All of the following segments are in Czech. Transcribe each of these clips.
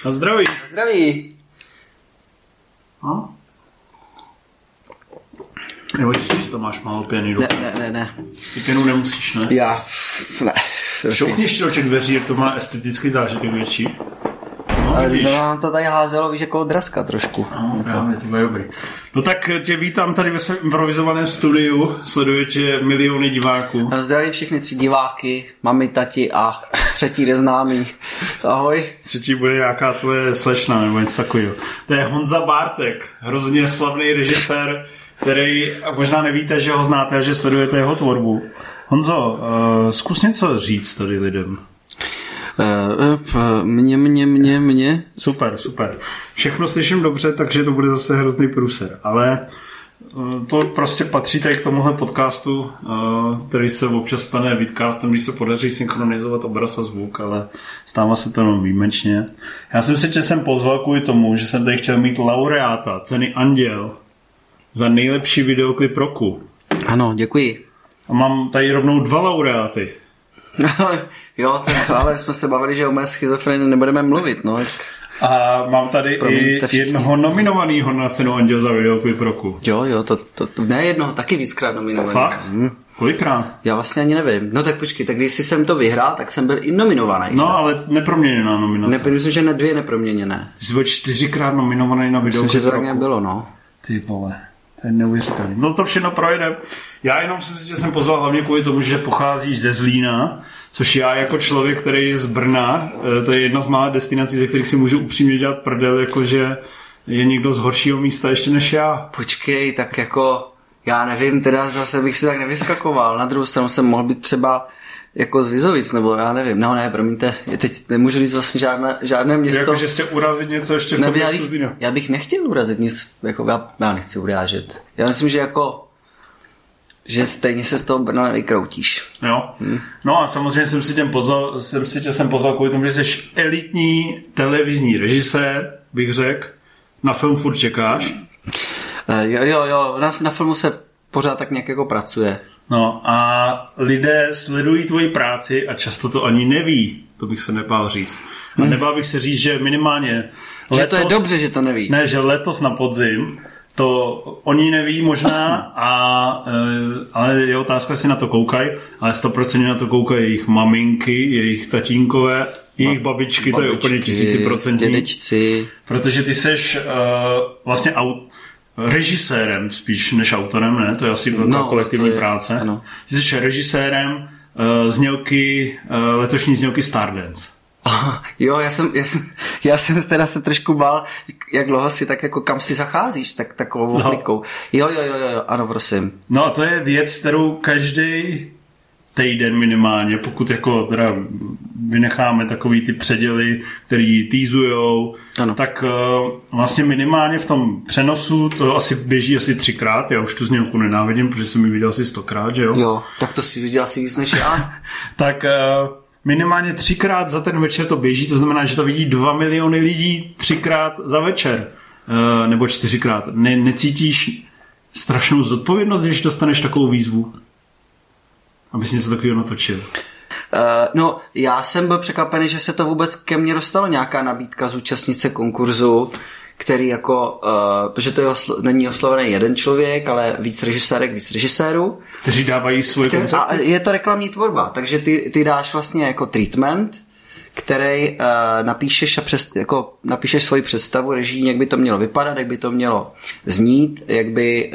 Na zdraví. Na zdraví. No? Jo, že to máš málo pěny. Ne. Ty pěnu nemusíš, ne? Já, ne. Šoukni štělček dveří, jak to má estetický zážitek větší. No, to tady házelo, víš, jako draska trošku. No, právě, to bude dobrý. No tak tě vítám tady ve svém improvizovaném studiu. Sledujete miliony diváků. Zdravím všechny 3 diváky, mami, tati a třetí neznámý. Ahoj. Třetí bude nějaká tvoje slečna nebo něco takového. To je Honza Bártek, hrozně slavný režisér, který možná nevíte, že ho znáte a že sledujete jeho tvorbu. Honzo, zkus něco říct tady lidem. Mně. Super. Všechno slyším dobře, takže to bude zase hrozný průser. Ale to prostě patří tady k tomuhle podcastu, který se občas stane vidcastem, když se podaří synchronizovat obraz a zvuk, ale stává se to jenom výjimečně. Já jsem si tě sem pozval kvůli tomu, že jsem tady chtěl mít laureáta ceny Anděl za nejlepší videoklip roku. Ano, děkuji. A mám tady rovnou 2 laureáty. Jo, ale jsme se bavili, že o mé schizofrenii nebudeme mluvit, no. A mám tady i jednoho nominovaného na cenu Anděl za videoklip roku. Jo, to ne jednoho, taky víckrát nominovaný. Fakt? Kolikrát? Já vlastně ani nevím. No tak počkej, tak když jsem to vyhrál, tak jsem byl i nominovaný. No, že? Ale neproměněná nominace. Myslím, že na 2 neproměněné. Jsi byl 4krát nominovaný na videoklip roku. Myslím, že to tak nějak bylo, no. Ty vole, to je neuvěřitelné. No to všechno projedem. Já jenom si myslím, že jsem pozval hlavně kvůli tomu, že pocházíš ze Zlína, což já jako člověk, který je z Brna, to je jedna z mála destinací, ze kterých si můžu upřímně dělat prdel, jakože je někdo z horšího místa ještě než já. Počkej, tak jako, já nevím, teda zase bych si tak nevyskakoval. Na druhou stranu jsem mohl být třeba jako z Vizovic, nebo já nevím. No ne, promiňte, teď nemůžu říct vlastně žádné město. Jakože jste urazit něco ještě v tom městu Zlína. Já bych nechtěl urazit nic, jako já nechci urážet. Já myslím, že jako že stejně se z toho Brna nevykroutíš. Jo. No a samozřejmě jsem si tě sem pozval kvůli tomu, že jsi elitní televizní režisér, bych řekl. Na film furt čekáš. Jo, na filmu se pořád tak nějak jako pracuje. No a lidé sledují tvoji práci a často to ani neví. To bych se nebál říct. A nebál bych se říct, že minimálně že to je dobře, že to neví. Ne, že letos na podzim to oni neví možná, ale je otázka, jestli na to koukají, ale 100% na to koukají jejich maminky, jejich tatínkové, jejich babičky, to je úplně 1000%. Dědečci. Protože ty seš vlastně režisérem spíš než autorem, ne? To je asi kolektivní práce. Ano. Ty jsi režisérem letošní znělky Stardance. Jo, já jsem teda se trošku bál, jak dlouho si tak jako kam si zacházíš, takovou oblikou. Jo, ano, prosím. No a to je věc, kterou každý týden minimálně, pokud jako teda vynecháme takový ty předěly, který týzujou, tak vlastně minimálně v tom přenosu to asi běží asi 3krát, já už tu znělku nenávidím, protože jsem ji viděl asi 100krát, že jo? Jo, tak to si viděl asi víc než já. Tak minimálně 3krát za ten večer to běží, to znamená, že to vidí 2 miliony lidí 3krát za večer, nebo 4krát. Necítíš strašnou zodpovědnost, když dostaneš takovou výzvu? Abys něco takového natočil. No, já jsem byl překvapený, že se to vůbec ke mně dostalo, nějaká nabídka zúčastnit se konkurzu, který jako, protože to není oslovený jeden člověk, ale víc režisérek, víc režisérů. Kteří dávají svůj koncept. A je to reklamní tvorba, takže ty dáš vlastně jako treatment, který napíšeš napíšeš svoji představu režii, jak by to mělo vypadat, jak by to mělo znít, jak by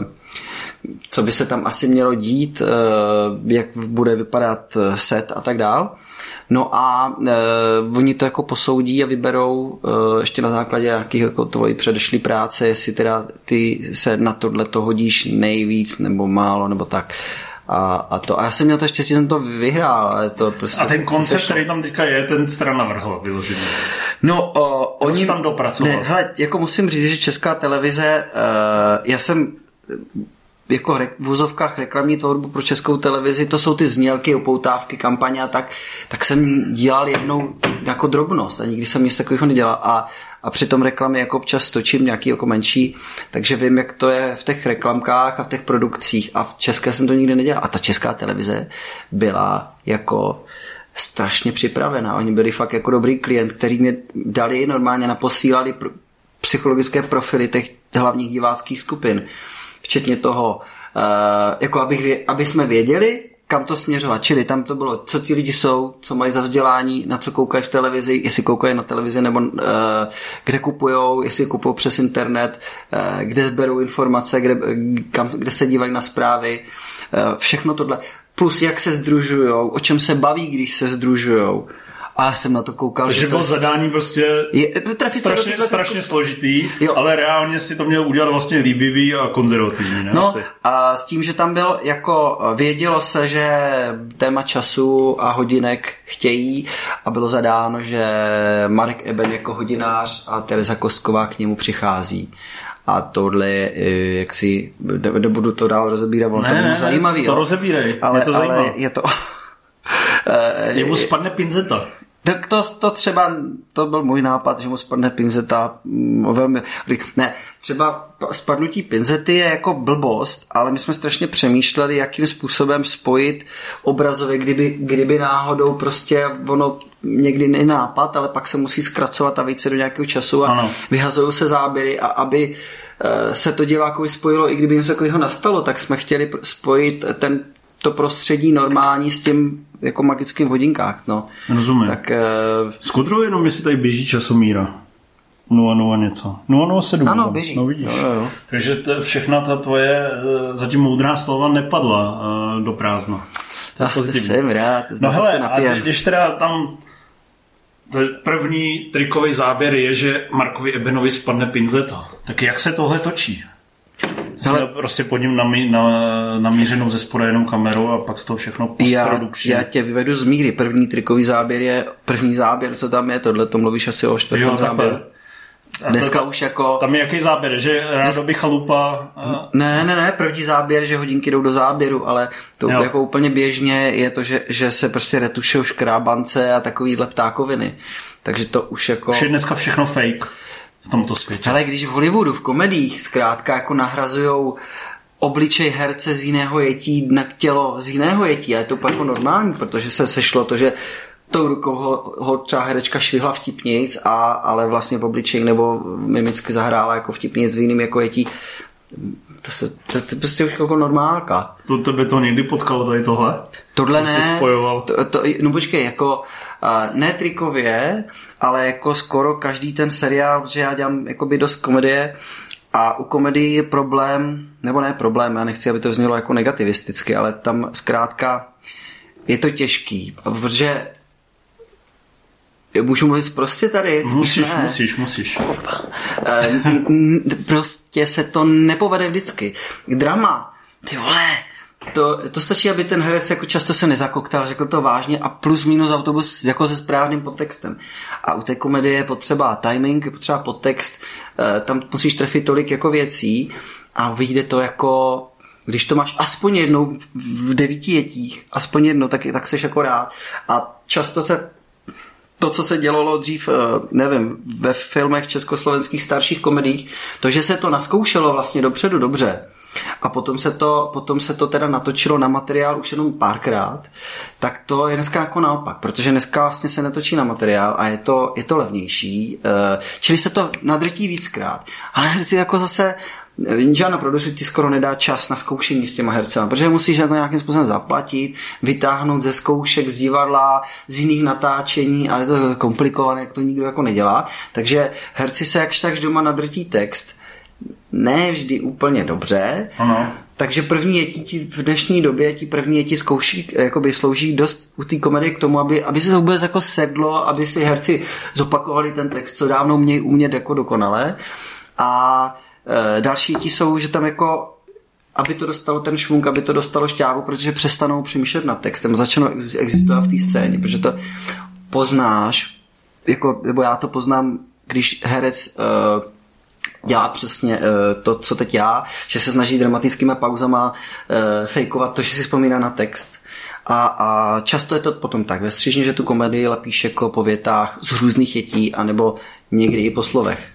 co by se tam asi mělo dít, jak bude vypadat set a tak dál. No a oni to jako posoudí a vyberou ještě na základě nějakých jako tvojí předešlý práce, jestli teda ty se na tohleto hodíš nejvíc nebo málo nebo tak. A já jsem měl to štěstí, jsem to vyhrál. Ale to prostě a ten koncept, který tam teďka je, ten strana navrhl vyložený. No, oni tam dopracoval. Hele, jako musím říct, že Česká televize, já jsem jako v úzovkách reklamní tvorbu pro Českou televizi, to jsou ty znělky, upoutávky, kampaně a tak jsem dělal jednou jako drobnost a nikdy jsem nic takového nedělal a při tom reklamě jako občas točím nějaký jako menší, takže vím, jak to je v těch reklamkách a v těch produkcích a v české jsem to nikdy nedělal a ta Česká televize byla jako strašně připravená. Oni byli fakt jako dobrý klient, který mě dali normálně naposílali psychologické profily těch hlavních diváckých skupin. Včetně toho, jako aby jsme věděli, kam to směřovat. Čili tam to bylo, co ti lidi jsou, co mají za vzdělání, na co koukají v televizi, jestli koukají na televizi, nebo kde kupujou, jestli kupují přes internet, kde berou informace, kde se dívají na zprávy. Všechno tohle. Plus jak se sdružujou, o čem se baví, když se sdružujou. A já jsem na to koukal. Takže bylo zadání prostě strašně složitý, jo. Ale reálně si to měl udělat vlastně líbivý a konzervativní. Ne? No a s tím, že tam byl jako vědělo se, že téma času a hodinek chtějí a bylo zadáno, že Marek Eben jako hodinář a Tereza Kostková k němu přichází. A tohle je, jak si, nebudu to dál rozebírat, ono to bylo zajímavý. To rozebírej, mě to zajímá. Ale je to... Jemu spadne pinzeta. Tak to třeba, to byl můj nápad, že mu spadne pinzeta velmi... Ne, třeba spadnutí pinzety je jako blbost, ale my jsme strašně přemýšleli, jakým způsobem spojit obrazově, kdyby náhodou prostě ono někdy nenápad, ale pak se musí zkracovat a vejít se do nějakého času a vyhazují se záběry a aby se to divákovi spojilo, i kdyby něco takového nastalo, tak jsme chtěli spojit to prostředí normální s tím jako magickým hodinkách, no. Rozumím. Tak zkontroluji jenom, jestli tady běží časomíra. 00 něco. 007. Ano, běží. No vidíš. Jo. Takže všechna ta tvoje zatím moudrá slova nepadla do prázdna. To jsem rád. No hele, a když teda tam první trikový záběr je, že Markovi Ebenovi spadne pinzeta, tak jak se tohle točí? Jsme prostě pod ním namířenou ze spoda jenom kameru a pak z toho všechno postprodukční. Já tě vyvedu z míry. První trikový záběr je, první záběr, co tam je, tohle to mluvíš asi o čtvrtém záběru. Dneska už jako... Tam je jaký záběr, že rádoby chalupa... Ne, první záběr, že hodinky jdou do záběru, ale to jako úplně běžně je to, že se prostě retušují škrábance a takovýhle ptákoviny. Takže to už jako... Už je dneska všechno fake v tomto světě. Ale když v Hollywoodu, v komediích zkrátka jako nahrazujou obličej herce z jiného jetí na tělo z jiného jetí a je to jako normální, protože se sešlo to, že tou rukou ho třeba herečka švihla vtipnějc, ale vlastně v obličeji nebo mimicky zahrála jako vtipnějc v jiným jako jetí. To je prostě už jako normálka. To tebe to někdy potkalo tady tohle? Tohle ne. No počkej, jako ne trikově, ale jako skoro každý ten seriál, že já dělám jakoby dost komedie a u komedii je problém, nebo ne problém, já nechci, aby to znělo jako negativisticky, ale tam zkrátka je to těžký, protože můžu mluvit prostě tady? Musíš. Prostě se to nepovede vždycky. Drama, ty vole, to stačí, aby ten herec jako často se nezakoktal, řekl to vážně a plus minus autobus jako se správným podtextem. A u té komedie je potřeba timing, je potřeba podtext, tam musíš trefit tolik jako věcí a vyjde to jako... Když to máš aspoň jednou v 9 jetích, aspoň jednou, tak seš jako rád. A často se to, co se dělalo dřív, nevím, ve filmech československých starších komediích, to, že se to naskoušelo vlastně dopředu dobře a potom se to teda natočilo na materiál už jenom párkrát, tak to je dneska jako naopak, protože dneska vlastně se netočí na materiál a je to levnější, čili se to nadrtí víckrát. Ale herci jako zase žádná producent ti skoro nedá čas na zkoušení s těma hercema, protože musíš jako nějakým způsobem zaplatit, vytáhnout ze zkoušek, z divadla, z jiných natáčení a je to komplikované, jak to nikdo jako nedělá. Takže herci se jakž takž doma nadrtí text, ne vždy úplně dobře, takže první jetí v dnešní době první jetí zkouší, jakoby slouží dost u té komedie k tomu, aby se to vůbec jako sedlo, aby si herci zopakovali ten text, co dávno mějí umět jako dokonale. A další jetí jsou, že tam jako aby to dostalo ten švunk, aby to dostalo šťávu, protože přestanou přemýšlet nad textem, začnou existovat v té scéně, protože to poznáš, jako, nebo já to poznám, když herec dělá přesně to, co teď já, že se snaží dramatickýma pauzama fejkovat to, že si vzpomíná na text. A často je to potom tak ve střižně, že tu komedii lepíš jako po větách z různých jetí, anebo někdy i po slovech.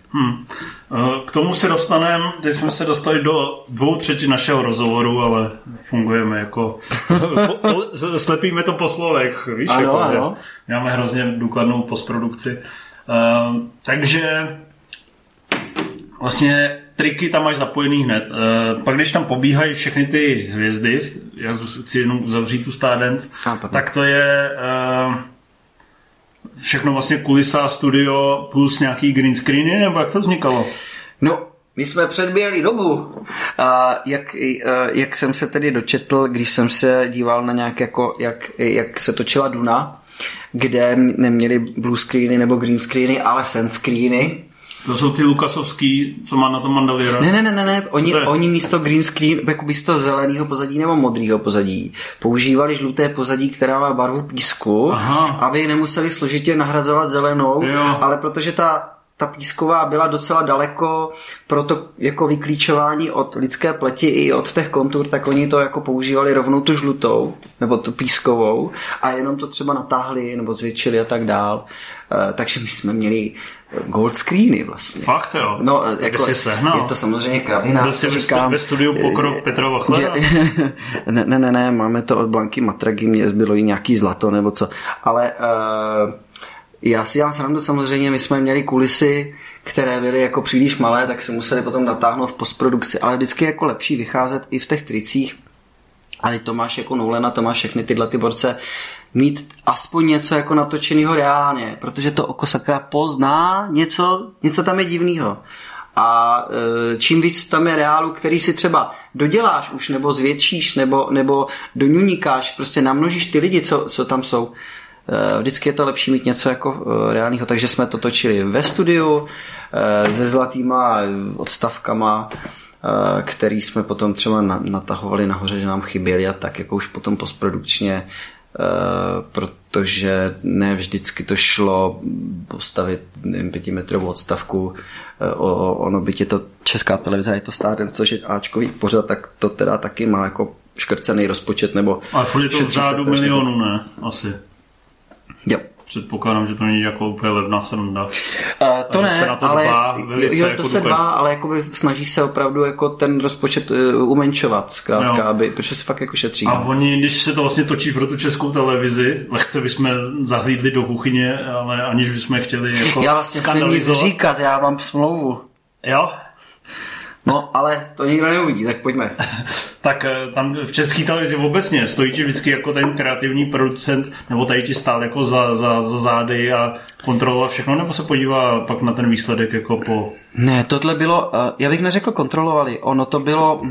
K tomu se dostaneme, teď jsme se dostali do 2/3 našeho rozhovoru, ale fungujeme jako slepíme to po slovech, víš, ano, jako, ano. Máme hrozně důkladnou postprodukci. Takže vlastně triky tam máš zapojený hned. Pak když tam pobíhají všechny ty hvězdy, já chci jenom uzavřít tu Stardance, tak to je všechno vlastně kulisa, studio plus nějaký green screeny, nebo jak to vznikalo? No, my jsme předběhli dobu. Jak jsem se tedy dočetl, když jsem se díval na nějak jako, jak se točila Duna, kde neměli blue screeny nebo green screeny, ale sand screeny. To jsou ty Lukasovský, co má na tom Mandalorian. Ne. Oni místo green screen, jako místo zeleného pozadí nebo modrého pozadí, používali žluté pozadí, která má barvu písku, aby nemuseli složitě nahrazovat zelenou, ale protože ta písková byla docela daleko pro to jako vyklíčování od lidské pleti i od těch kontur, tak oni to jako používali rovnou tu žlutou, nebo tu pískovou a jenom to třeba natáhli nebo zvětšili a tak dál. Takže my jsme měli gold screeny vlastně. Fakt jo? No, jako, jsi sehnal? Je to samozřejmě kravina. Byl jsi ve studiu Pokrok Petra Vachlera? Ne, máme to od Blanky Matragy, mě zbylo jí nějaký zlato nebo co. Ale já si dělám srandu samozřejmě, my jsme měli kulisy, které byly jako příliš malé, tak se museli potom natáhnout v postprodukci, ale vždycky jako lepší vycházet i v těch tricích. Ale to máš jako Nolana, to máš všechny tyhle ty borce, mít aspoň něco jako natočenýho reálně, protože to oko sakra pozná něco tam je divného. A čím víc tam je reálu, který si třeba doděláš už, nebo zvětšíš, nebo doňuníkáš, prostě namnožíš ty lidi, co tam jsou, vždycky je to lepší mít něco jako reálného. Takže jsme to točili ve studiu se zlatýma odstavkama, který jsme potom třeba natahovali nahoře, že nám chyběli a tak jako už potom postprodukčně, protože ne vždycky to šlo postavit 5metrovou odstavku. Ono byť je to Česká televize, je to Stardance, což je áčkový pořad, tak to teda taky má jako škrcený rozpočet, nebo ale furt je to v řádu milionů, ne? Asi. Jo. Předpokládám, že to není jako úplně levná sranda. To ne, se na to ale velice, to jako se dbá, ale jakoby snaží se opravdu jako ten rozpočet umenšovat, zkrátka, protože se fakt jako šetří. A oni, když se to vlastně točí pro tu Českou televizi, lehce bychom zahlídli do kuchyně, ale aniž bychom chtěli jako já vlastně skandalizovat. Nic říkat, já mám smlouvu. Jo? No, ale to nikdo neuvidí, tak pojďme. Tak tam v České televizi obecně stojí ti vždycky jako ten kreativní producent, nebo tady ti stál jako za zády a kontrolovat všechno, nebo se podívá pak na ten výsledek jako po... Ne, tohle bylo, já bych neřekl kontrolovali, ono to bylo,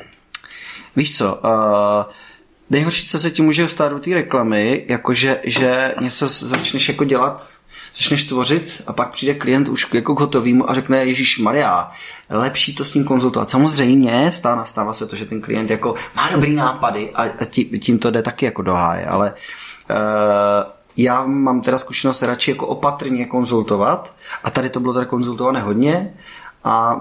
víš co, nejhorší, co se ti může stát u té reklamy, jakože že něco začneš jako dělat, začneš tvořit a pak přijde klient už jako k hotovýmu a řekne Ježišmarja, lepší to s ním konzultovat. Samozřejmě stává se to, že ten klient jako má dobrý nápady a tím to jde taky jako do háje, ale já mám teda zkušenost radši jako opatrně konzultovat a tady to bylo teda konzultované hodně a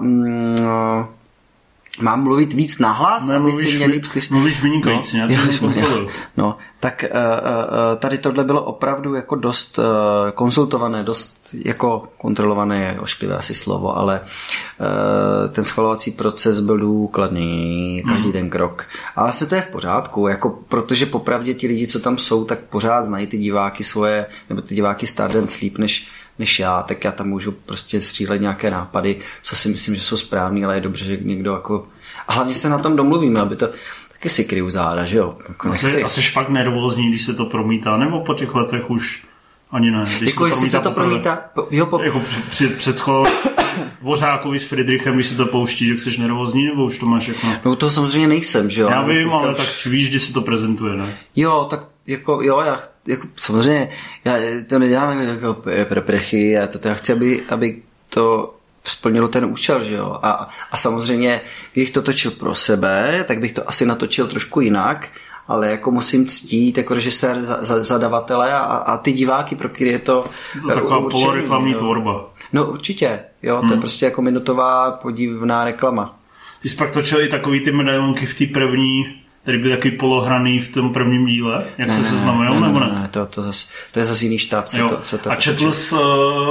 mám mluvit víc nahlas, aby si mě líp slyšet. Mluvíš vynikající, no, tak tady tohle bylo opravdu jako dost konzultované, dost jako kontrolované, je ošklivé asi slovo, ale ten schvalovací proces byl důkladný, každý ten krok. A vlastně to je v pořádku, jako protože popravdě ti lidi, co tam jsou, tak pořád znají ty diváky svoje, nebo ty diváky Stardance líp než já, tak já tam můžu prostě střílet nějaké nápady, co si myslím, že jsou správný, ale je dobře, že někdo jako... A hlavně se na tom domluvíme, aby to... Taky si kryju záda, že jo? Jako asi špak nervózní, když se to promítá, nebo po těch letech už ani ne. Když jako jestli se to promítá... Jako před Dvořákovi s Friedrichem, když se to pouští, že jsi nervózní, nebo už to máš jako... No to samozřejmě nejsem, že jo? Já vím, ale tak víš, kdy se to prezentuje, ne? Jo, tak jako, jo, já jako, samozřejmě, já to nedělám jako pro prechy, já chci, aby to splnilo ten účel, že jo? A samozřejmě, když to točil pro sebe, tak bych to asi natočil trošku jinak, ale jako musím ctít jako režisér, zadavatele a ty diváky, pro které je to... To je taková poloreklamní tvorba. No určitě, jo, to je prostě jako minutová podivná reklama. Ty jsi pak točil i takový ty medailonky v té první, který byl taky polohraný v tom prvním díle, jak se seznamujou, nebo ne? To je zase jiný štáb, co to a četl jsi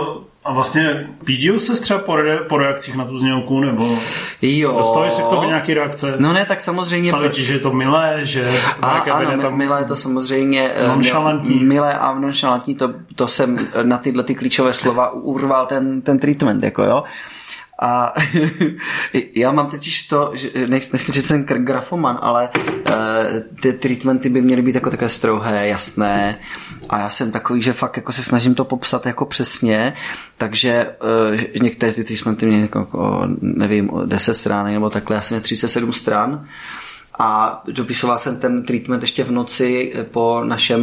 A vlastně pídil se třeba po reakcích na tu znělku, nebo dostali se k tomu nějaký reakce? No ne, tak samozřejmě. Psali ti, že je to milé, že... Ano, tam milé je to samozřejmě... Nonšalantní. Milé a nonšalantní, to jsem na tyhle ty klíčové slova urval ten treatment, jako jo. A já mám totiž to, že nechci říct, že jsem grafoman, ale ty treatmenty by měly být jako také strohé, jasné a já jsem takový, že fakt jako se snažím to popsat jako přesně, takže některé ty treatmenty měly jako, nevím, 10 stran nebo takhle, já jsem měl 37 stran a dopisoval jsem ten treatment ještě v noci po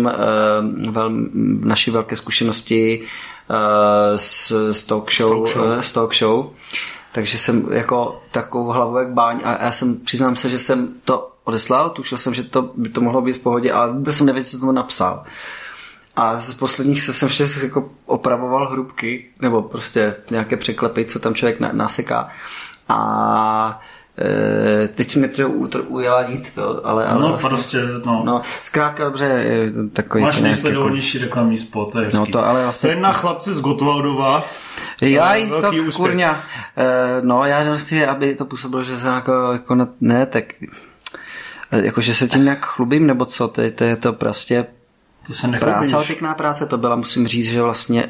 naší velké zkušenosti z talk show. Takže jsem jako takovou hlavu jak báň a já přiznám se, že jsem to odeslal, tušil jsem, že to by to mohlo být v pohodě, ale vůbec jsem nevěděl, co jsem to napsal. A z posledních jsem ještě jako opravoval hrubky, nebo prostě nějaké překlepy, co tam člověk naseká. A teď mi to ujela nit to, ale no, vlastně, prostě, no. Zkrátka dobře, takový... Máš nejsledovanější reklamní spot, to je hezký. No to ale vlastně... To je na chlapci z Gotwaldova. Jaj, to kurňa. No, já nechci, aby to působilo, že se jako ne, tak jako, že se tím nějak chlubím, nebo co, to je to prostě to se práce, ale pěkná práce to byla, musím říct, že vlastně,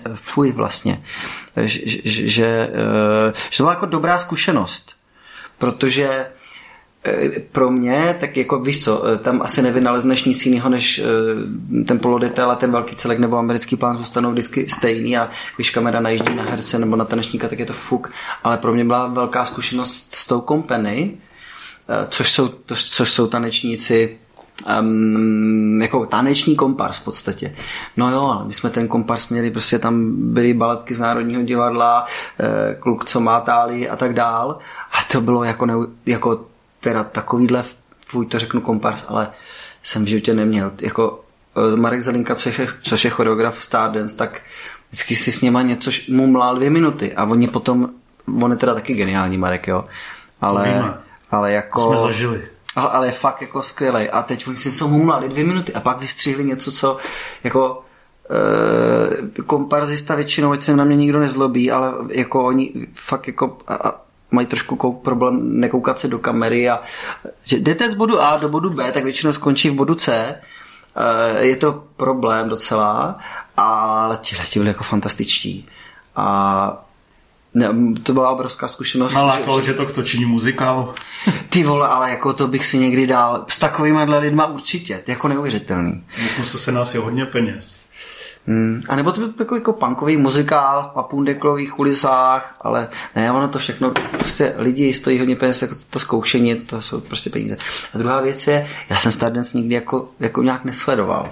že to byla jako dobrá zkušenost, protože pro mě, tak jako víš co, tam asi nevynalezneš nic jiného, než ten polodetail a ten velký celek nebo americký plán zůstanou vždycky stejný a když kamera najíždí na herce nebo na tanečníka, tak je to fuk, ale pro mě byla velká zkušenost s tou company, což jsou tanečníci, jako taneční kompars v podstatě. No jo, my jsme ten kompars měli, prostě tam byly baletky z Národního divadla, kluk, co má táli a tak dál a to bylo jako teda takovýhle, to řeknu kompars, ale jsem v životě neměl. Jako Marek Zelinka, což je choreograf Stardance, tak vždycky si s něma něco mumlal 2 minuty a oni potom, on je teda taky geniální Marek, jo. Ale jako... Jsme zažili. Ale je fakt jako skvělej. A teď oni si něco mumlali 2 minuty a pak vystřihli něco, co jako komparzista většinou, ať se na mě nikdo nezlobí, ale jako oni fakt jako... mají trošku problém nekoukat se do kamery a že jdete z bodu A do bodu B, tak většinou skončí v bodu C. Je to problém docela, ale ti byli jako fantastičtí. A to byla obrovská zkušenost. Nalákalo, že to k točení muzikálu. Ty vole, ale jako to bych si někdy dal. S takovýma lidma určitě. To je jako neuvěřitelný. Musel se nás je hodně peněz. A nebo to byl jako punkový muzikál v papundeklových kulisách, ale ne, ono to všechno, prostě lidi stojí hodně peněz, jako to zkoušení, to jsou prostě peníze. A druhá věc je, já jsem Stardance nikdy jako nějak nesledoval.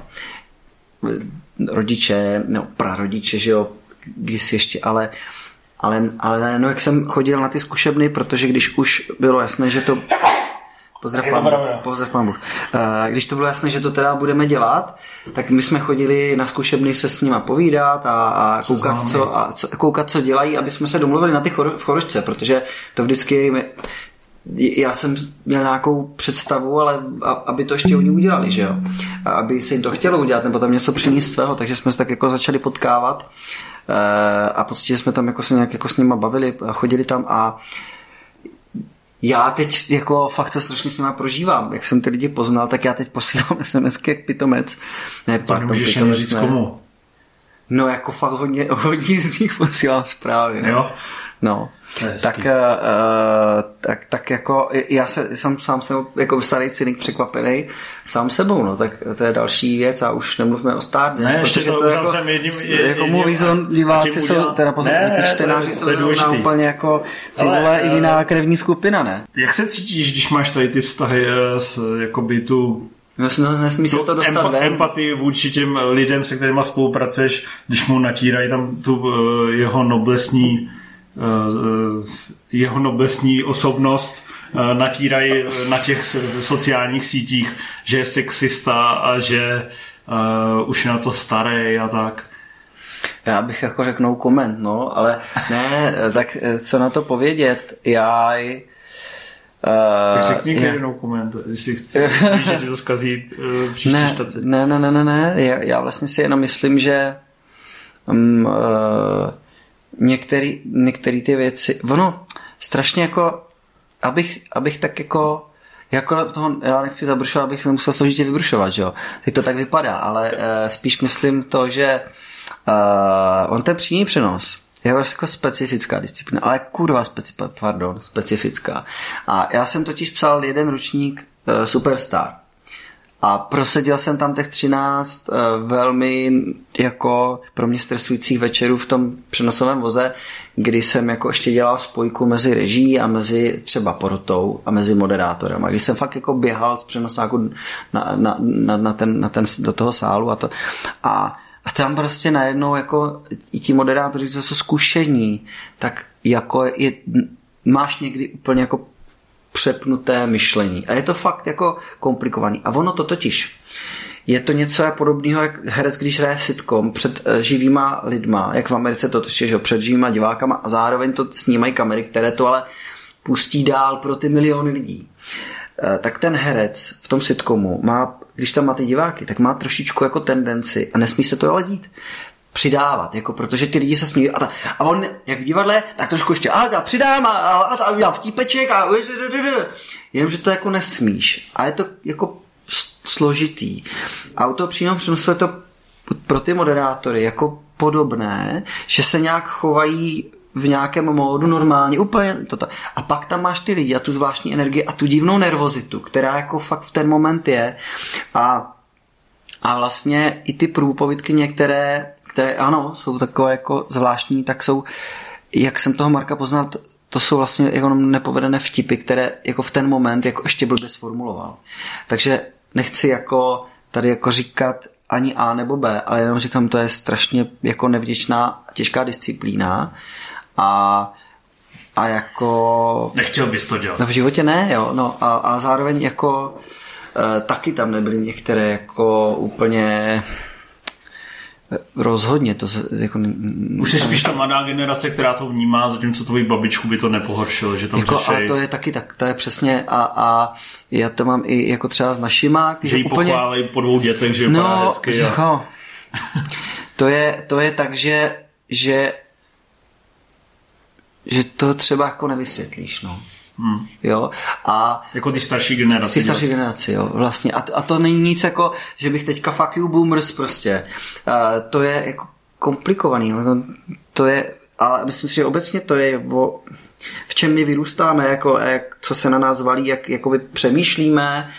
Rodiče, no prarodiče, že jo, kdysi ještě, ale no, jak jsem chodil na ty zkušebny, protože když už bylo jasné, že to... Pozdrav pán Bůh. Když to bylo jasné, že to teda budeme dělat, tak my jsme chodili na zkušebny se s nima povídat a koukat, co dělají, aby jsme se domluvili na ty v chorošce, protože to vždycky... Já jsem měl nějakou představu, ale aby to ještě oni udělali, že jo? Aby se jim to chtělo udělat, nebo tam něco přinést svého, takže jsme se tak jako začali potkávat a pocitě jsme tam jako se nějak jako s nima bavili a chodili tam a já teď jako fakt to strašně s nima prožívám. Jak jsem ty lidi poznal, tak já teď posílám SMSky jak pitomec. Ne, to nemůžeš ani říct komu. No jako fakt hodně z nich posílám zprávy. Jo? No. Tak jako já jsem sám sebou jako starý cynik překvapený sám sebou, no, tak to je další věc a už nemluvíme o Stardance, ne, protože to jako mluví diváci jsou, teda čtenáři jsou zrovna úplně jako ty vole i jiná krevní skupina, ne? Jak se cítíš, když máš tady ty vztahy s jakoby tu nesmí se to dostat ven. Empatii vůči těm lidem, se kterýma spolupracuješ, když mu natírají tam tu jeho noblesní osobnost, natírají na těch sociálních sítích, že je sexista a že už je na to starý a tak. Já bych jako řekl no comment, no, ale ne, tak co na to povědět? Řekni no comment, když si chci, že ti to zkazí příští štaci. Ne, já vlastně si jenom myslím, že některé ty věci, ono strašně jako, abych tak jako toho, já nechci zabrušovat, abych se musel složitě vybrušovat, že jo. Teď to tak vypadá, ale spíš myslím to, že on ten přímý přenos je jako specifická disciplína, ale kurva specifická. A já jsem totiž psal jeden ručník Superstar. A proseděl jsem tam těch 13 velmi jako pro mě stresujících večerů v tom přenosovém voze, kdy jsem jako ještě dělal spojku mezi režií a mezi třeba porotou a mezi moderátorem. A když jsem fakt jako běhal z přenosáku do toho sálu a tam prostě najednou jako i ti moderátoři, co jsou zkušení, tak jako máš někdy úplně jako přepnuté myšlení. A je to fakt jako komplikovaný. A ono to totiž je to něco podobného, jak herec, když hraje sitcom před živýma lidma, jak v Americe to točí, že před živýma divákama a zároveň to snímají kamery, které to ale pustí dál pro ty miliony lidí. Tak ten herec v tom sitcomu má, když tam má ty diváky, tak má trošičku jako tendenci a nesmí se to ale dít přidávat, jako protože ty lidi se smějí a on, jak v divadle, tak trošku ještě já přidám a udělám vtípeček a jenomže to jako nesmíš a je to jako složitý. A u toho přímého přenosu je to pro ty moderátory jako podobné, že se nějak chovají v nějakém módu normálně, úplně toto. A pak tam máš ty lidi a tu zvláštní energii a tu divnou nervozitu, která jako fakt v ten moment je a vlastně i ty průpovídky některé ano, jsou takové jako zvláštní, tak jsou, jak jsem toho Marka poznal, to jsou vlastně jako nepovedené vtipy, které jako v ten moment jako ještě blbě sformuloval. Takže nechci jako tady jako říkat ani A nebo B, ale jenom říkám, to je strašně jako nevděčná, těžká disciplína a jako... Nechtěl bys to dělat. No v životě ne, jo, no a zároveň jako taky tam nebyly některé jako úplně... Rozhodně to jako... Už je spíš ta mladá generace, která to vnímá, zatímco tvoji babičku by to nepohoršilo, že tam jako, řešej... A to je taky tak, to je přesně a já to mám i jako třeba s našima... Že jí úplně... pochválej po 2 dětech, že vypadá hezky. Jako, to je tak, že to třeba jako nevysvětlíš, no. Jo, a jako ty starší generace. Ty starší generace, jo, vlastně. A to není nic jako, že bych teďka fuck you boomers prostě. To je jako komplikovaný. To je, ale myslím si, že obecně to je v čem my vyrůstáme, jako, co se na nás valí, jak jakoby přemýšlíme,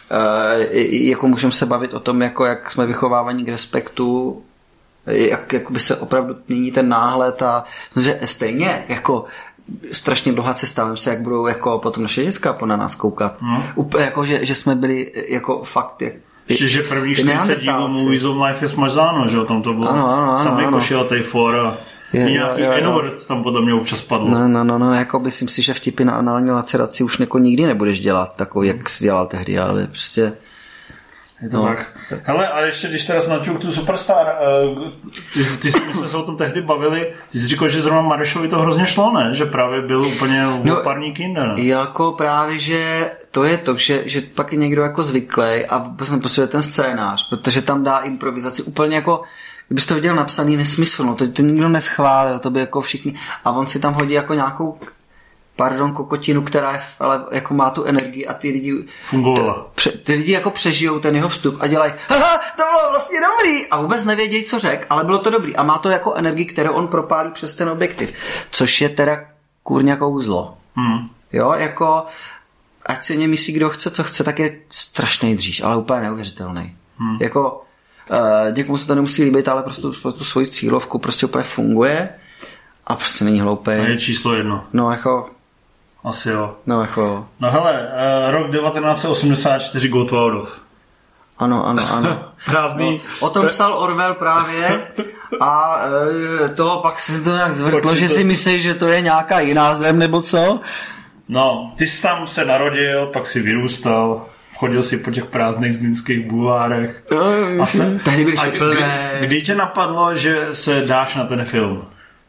jako můžeme se bavit o tom, jako, jak jsme vychovávaní k respektu, jak by se opravdu mění ten náhled a že stejně jako strašně dlouhá cesta, vím se, jak budou jako potom naše děcka na nás koukat. Úplně jako, že jsme byli jako fakt ještě, že první 40 dílů Movies of Life je smazáno, že tam to bylo samý košilatej for a nějaký N-words tam podle mě občas padlo. No, jako myslím si, že vtipy na anální laceraci už jako nikdy nebudeš dělat takový, jak jsi dělal tehdy, ale prostě je to tak. Hele, a ještě když teda naťuk tu Superstar, my jsme se o tom tehdy bavili, ty jsi říkal, že zrovna Marešovi to hrozně šlo, ne? Že právě byl úplně parník jinde, ne? Jako právě, že to je to, že pak je někdo jako zvyklý a vůbec nepotřebuje ten scénář, protože tam dá improvizaci úplně jako, kdybys to viděl napsaný nesmyslno, to nikdo neschválil, to by jako všichni, a on si tam hodí jako nějakou kokotinu, která je, ale jako má tu energii a ty lidi fungovala. Ty lidi jako přežijou ten jeho vstup a dělají, haha, to bylo vlastně dobrý a vůbec nevědějí, co řek, ale bylo to dobrý a má to jako energii, kterou on propálí přes ten objektiv, což je teda kurňa kouzlo. Jo, jako ať si o něm myslí, kdo chce, co chce, tak je strašný dříž, ale úplně neuvěřitelný. Jako někomu se to nemusí líbit, ale prostě tu svoji cílovku prostě úplně funguje a prostě není hloupý. A je číslo 1. No jako asi jo. No jako... No hele, rok 1984 Go to Out. Ano. Prázdný. No, o tom psal Orwell právě a to pak se to nějak zvrtlo, že si myslíš, že to je nějaká jiná zem nebo co? No, ty jsi tam se narodil, pak si vyrůstal, chodil si po těch prázdných zlínských bulvárech. Tehdy byli kdy tě napadlo, že se dáš na ten film?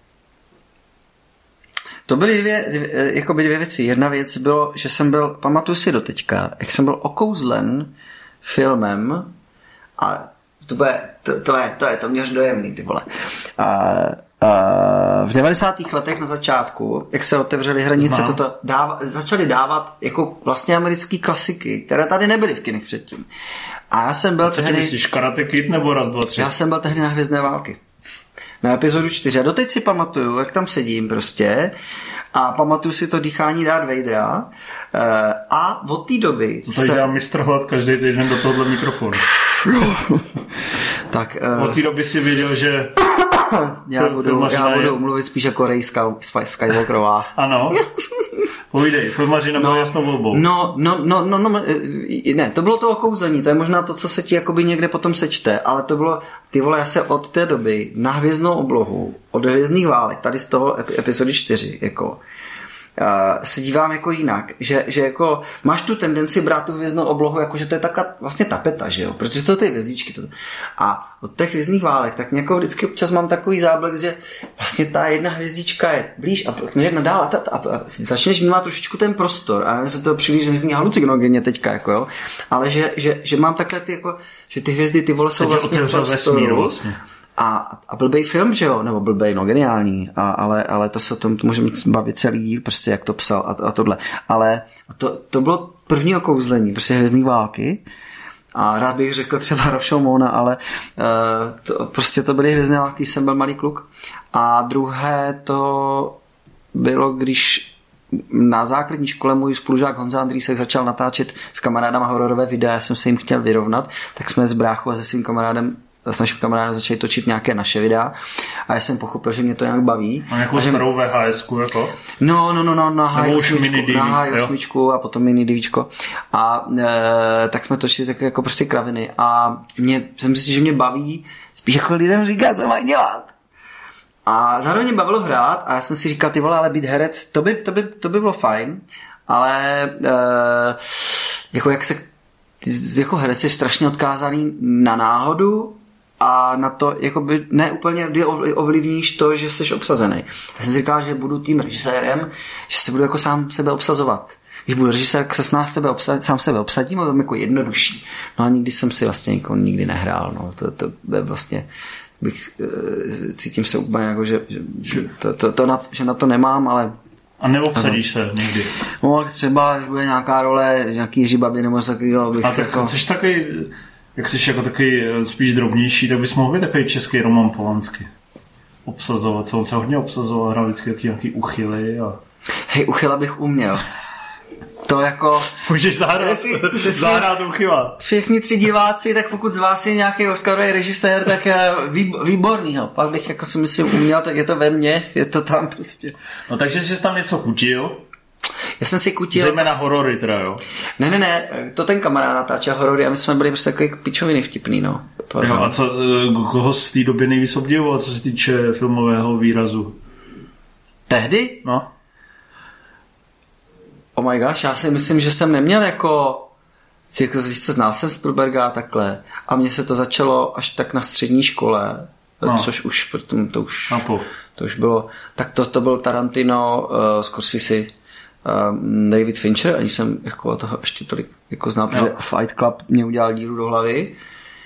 To byly dvě věci. Jedna věc bylo, že jsem byl, pamatuju si doteďka, jak jsem byl okouzlen filmem a to mě až dojemný, ty vole. v 90. letech na začátku, jak se otevřely hranice, začaly dávat jako vlastně americké klasiky, které tady nebyly v kinech předtím. A já jsem byl tehdy... myslíš, Karate Kid nebo Raz, dva, tři? Já jsem byl tehdy na Hvězdné války. Na epizodu 4. A doteď si pamatuju, jak tam sedím prostě a pamatuju si to dýchání Darth Vadera a od té doby... Tady dám mistr Hlad každý týden do tohohle mikrofonu. Tak, od té doby si věděl, že... Já budu mluvit spíš jako Rey Skywalkerová. Ano. Povídej, filmařina byla jasnou volbou. Ne, to bylo to okouzení, to je možná to, co se ti jakoby někde potom sečte, ale to bylo, ty vole, já se od té doby na Hvězdnou oblohu, od Hvězdných válek, tady z toho epizody 4, jako, se dívám jako jinak, že jako máš tu tendenci brát tu hvězdnou oblohu, jako že to je taková vlastně tapeta, že jo, protože to ty hvězdičky. A od těch Hvězdných válek, tak jako vždycky občas mám takový záblek, že vlastně ta jedna hvězdička je blíž a mě jedna dál a začneš vnímat trošičku ten prostor a se to příliš nezní halucinogenně teďka, jako jo, ale že mám takhle ty jako, že ty hvězdy, ty vole jsou vlastně v prostoru. Vlastně. A blbej film, že jo? Nebo blbej, no geniální, ale to se o tom můžeme bavit celý díl, prostě jak to psal a tohle. Ale to bylo první okouzlení, prostě Hvězdný války. A rád bych řekl třeba Rashomona, ale prostě to byly Hvězdné války, jsem byl malý kluk. A druhé to bylo, když na základní škole můj spolužák Honza Andrýsek začal natáčet s kamarádama hororové videa, já jsem se jim chtěl vyrovnat, tak jsme s bráchou a se svým kamarádem s naším kamarádem začali točit nějaké naše videa a já jsem pochopil, že mě to nějak baví. A nějakou starou VHS-ku jako? No, na H8 a potom mini DVčko. A tak jsme točili tak jako prostě kraviny a jsem si, že mě baví spíš jako lidem říkat, co mají dělat. A zároveň mě bavilo hrát a já jsem si říkal, ty vole, ale být herec, to by bylo fajn, ale jako jak se jako herec je strašně odkázaný na náhodu a na to, jakoby ne úplně ovlivníš to, že jsi obsazený. Já jsem si říkal, že budu tím režisérem, že se budu jako sám sebe obsazovat. Když budu režisér, tak se sám sebe obsadím a to je jako jednodušší. No a nikdy jsem si vlastně nikdy nehrál. No. To je vlastně cítím se úplně jako, že na to nemám, ale a neobsadíš se někdy? No, třeba, když bude nějaká role, nějaký Jiří Babi nebo takovýho, bych se jako... Jsi takový, jak jsi jako takový spíš drobnější, tak bys mohl být takový český Roman Polanský. Obsazovat se, on se hodně obsazoval, hrál vždycky nějaký uchyly a... Hej, uchyla bych uměl. To jako... Můžeš zahrát uchyla. Všichni 3 diváci, tak pokud z vás je nějaký oscarový režisér, tak výborný. No. Pak bych jako si myslím uměl, tak je to ve mně, je to tam prostě. No takže jsi tam něco kutil? Já jsem si kutil... Zejména horory teda, jo? Ne, to ten kamarád natáčel horory a my jsme byli prostě takový pičoviny vtipný, no. Jo, a co, koho v té době nejvíc obdivoval, co se týče filmového výrazu? Tehdy? No. Oh my gosh, já si myslím, že jsem neměl jako víš co, znal jsem Spielberga a takhle a mně se to začalo až tak na střední škole, což už to už bylo, tak to byl Tarantino, Scorsese, David Fincher, ani jsem jako toho ještě tolik jako znal, protože Fight Club mě udělal díru do hlavy.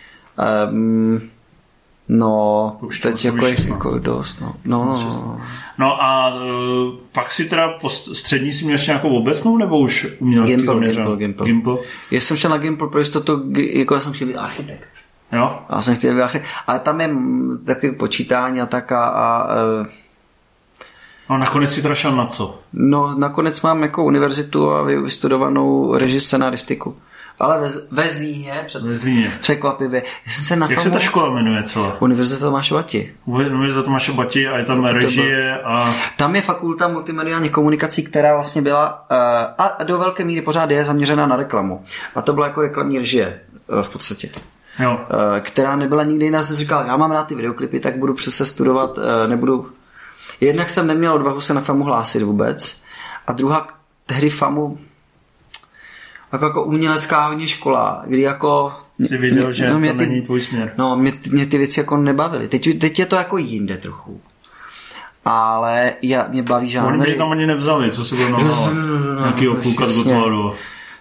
No, teď jako dost, No a pak si teda po střední si měl ještě nějakou obecnou, nebo už umělecký zaměřen? Gimple. Já jsem šel na Gimple pro jistotu, jako já jsem chtěl být architekt. Jo? Já jsem chtěl být architekt, ale tam je takové počítání a tak a no nakonec si teda šel na co? No nakonec mám jako univerzitu a vystudovanou scenaristiku. Ale ve Zlíně, překvapivě. Jak se ta škola jmenuje celá? Univerzita Tomáše Bati. Univerzita Tomáše Bati a je tam režie a... Tam je fakulta multimediálních komunikací, která vlastně byla a do velké míry pořád je zaměřená na reklamu. A to byla jako reklamní režie v podstatě. Jo. Která nebyla nikdy jiná. Jsem říkal, já mám rád ty videoklipy, tak budu přece studovat, nebudu... Jednak jsem neměl odvahu se na FAMu hlásit vůbec. A druhá, tehdy FAMu jako umělecká hodně škola, kdy jako... Jsi viděl, že to není tvůj směr. No, mě ty věci jako nebavily. Teď je to jako jinde trochu. Ale mě baví žánry. Oni mě tam ani nevzali, co si bylo nějakýho kluka z Gotwaldu.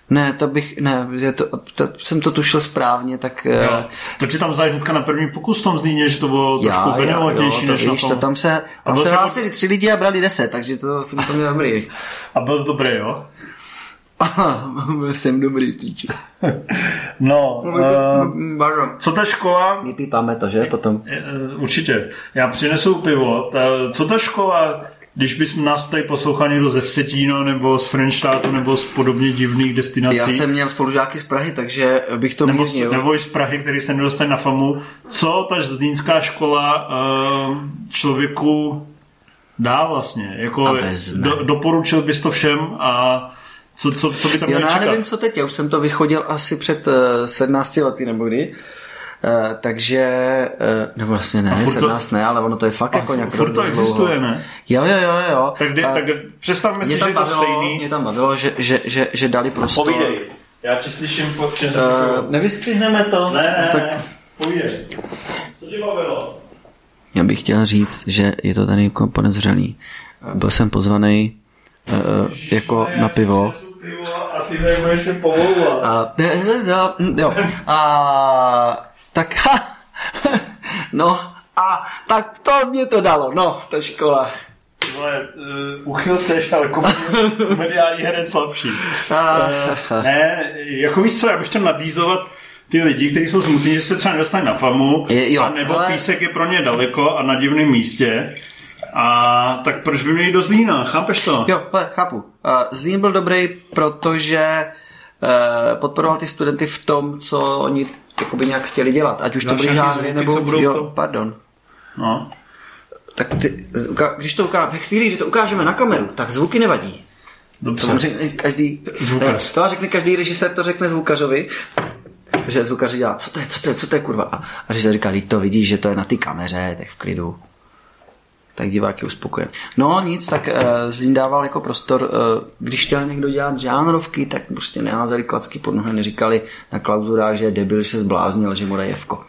Ne, to jsem to tušil správně, tak... Jo. To ti tam vzali hnedka na první pokus v tom Zlíně, že to bylo trošku benevolentnější než na tom. Tam se hlásili 3 lidi a brali 10, takže to jsem to měl dobrý. A byl jsi dobrý, jo? Byl jsem dobrý, píču. No, co ta škola... Vypípáme to, že? Potom. Určitě. Já přinesu pivo. Co ta škola... Když bychom nás tady poslouchal někdo ze Vsetína nebo z Frenštátu nebo z podobně divných destinací. Já jsem měl spolužáky z Prahy, takže bych to mírnil. Nebo i z Prahy, který se nedostane na famu. Co ta zlínská škola člověku dá vlastně? Jako doporučil bys to všem a co by tam měl čekat? Já nevím, co teď. Já už jsem to vychodil asi před 17 lety nebo kdy. Takže, nebo vlastně ne, 17 ne, ale ono to je fakt jako nějak furt to existuje, ne? Jo. Tak představme si, že je to stejný. Mě tam bavilo, že dali prostor. Povídej, já tě slyším nevystřihneme to. Ne, povídej. Co tě bavilo? Já bych chtěl říct, že je to tady podezřelý. Byl jsem pozvaný jako na pivo. A ty nebudeš mi povolovat. Jo. Tak tak to mě to dalo, ta škola. Uchyl seš, ale komediální herec slabší. Ne, jako víš co, já bych chtěl nadýzovat ty lidi, kteří jsou smutní, že se třeba nedostane na famu, nebo Písek je pro ně daleko a na divném místě. A tak proč by měli do Zlína, chápeš to? Jo, chápu. Zlín byl dobrý, protože podporoval ty studenty v tom, co oni jakoby nějak chtěli dělat, ať už to byly žánry, nebo... Pardon. No. Tak když to ve chvíli, že to ukážeme na kameru, tak zvuky nevadí. Dobře. To řekne každý zvukař. To řekne každý režisér, to řekne zvukařovi, že zvukař dělá, co to je kurva? A režisér říká, to vidíš, že to je na ty kameře, tak v klidu. Tak divák je uspokojen. No nic, tak Zlín dával jako prostor, když chtěl někdo dělat žánrovky, tak prostě neházeli klacky pod nohy, neříkali na klauzurách, že je debil, že se zbláznil, že mu dají Fko.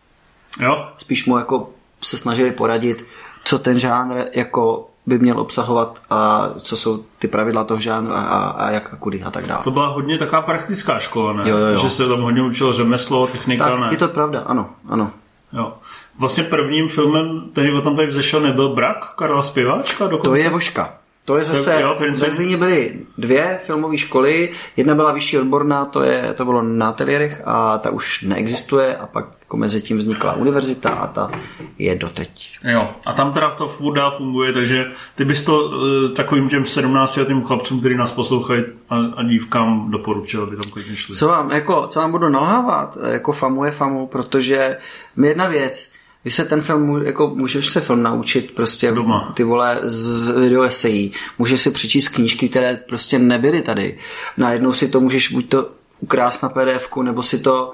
Jo. Spíš mu jako se snažili poradit, co ten žánr jako by měl obsahovat a co jsou ty pravidla toho žánru a jak a kudy a tak dále. To byla hodně taková praktická škola, ne? Jo. Že se tam hodně učilo řemeslo, technika, tak, ne? Je to pravda, ano. Jo. Vlastně prvním filmem, který tam tady vzešel, nebyl Brak Karla Zpěváčka dokonce? To je Voška. To je zase, ve Zlíně byly 2 filmové školy, jedna byla vyšší odborná, to bylo na ateliérech a ta už neexistuje a pak jako mezi tím vznikla univerzita a ta je doteď. Jo, a tam teda to furt dál funguje, takže ty bys to takovým těm 17letým chlapcům, který nás poslouchají a dívkám doporučil, aby tam klidně šli. Co vám budu nalhávat, jako famu je famu, protože jedna věc, když se ten film, jako můžeš se film naučit prostě doma. Ty vole z videoesejí, můžeš si přečíst knížky, které prostě nebyly tady. Najednou si to můžeš buď to ukrást na PDF-ku, nebo si to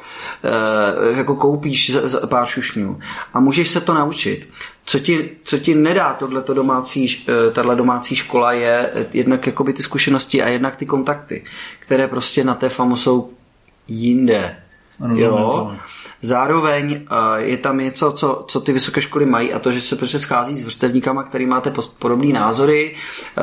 jako koupíš za pár šušňů. A můžeš se to naučit. Co ti nedá tahle domácí škola je jednak jakoby ty zkušenosti a jednak ty kontakty, které prostě na té famu jsou jinde. Jo. Zároveň je tam něco, co ty vysoké školy mají a to, že se prostě schází s vrstevníkama, který máte podobné názory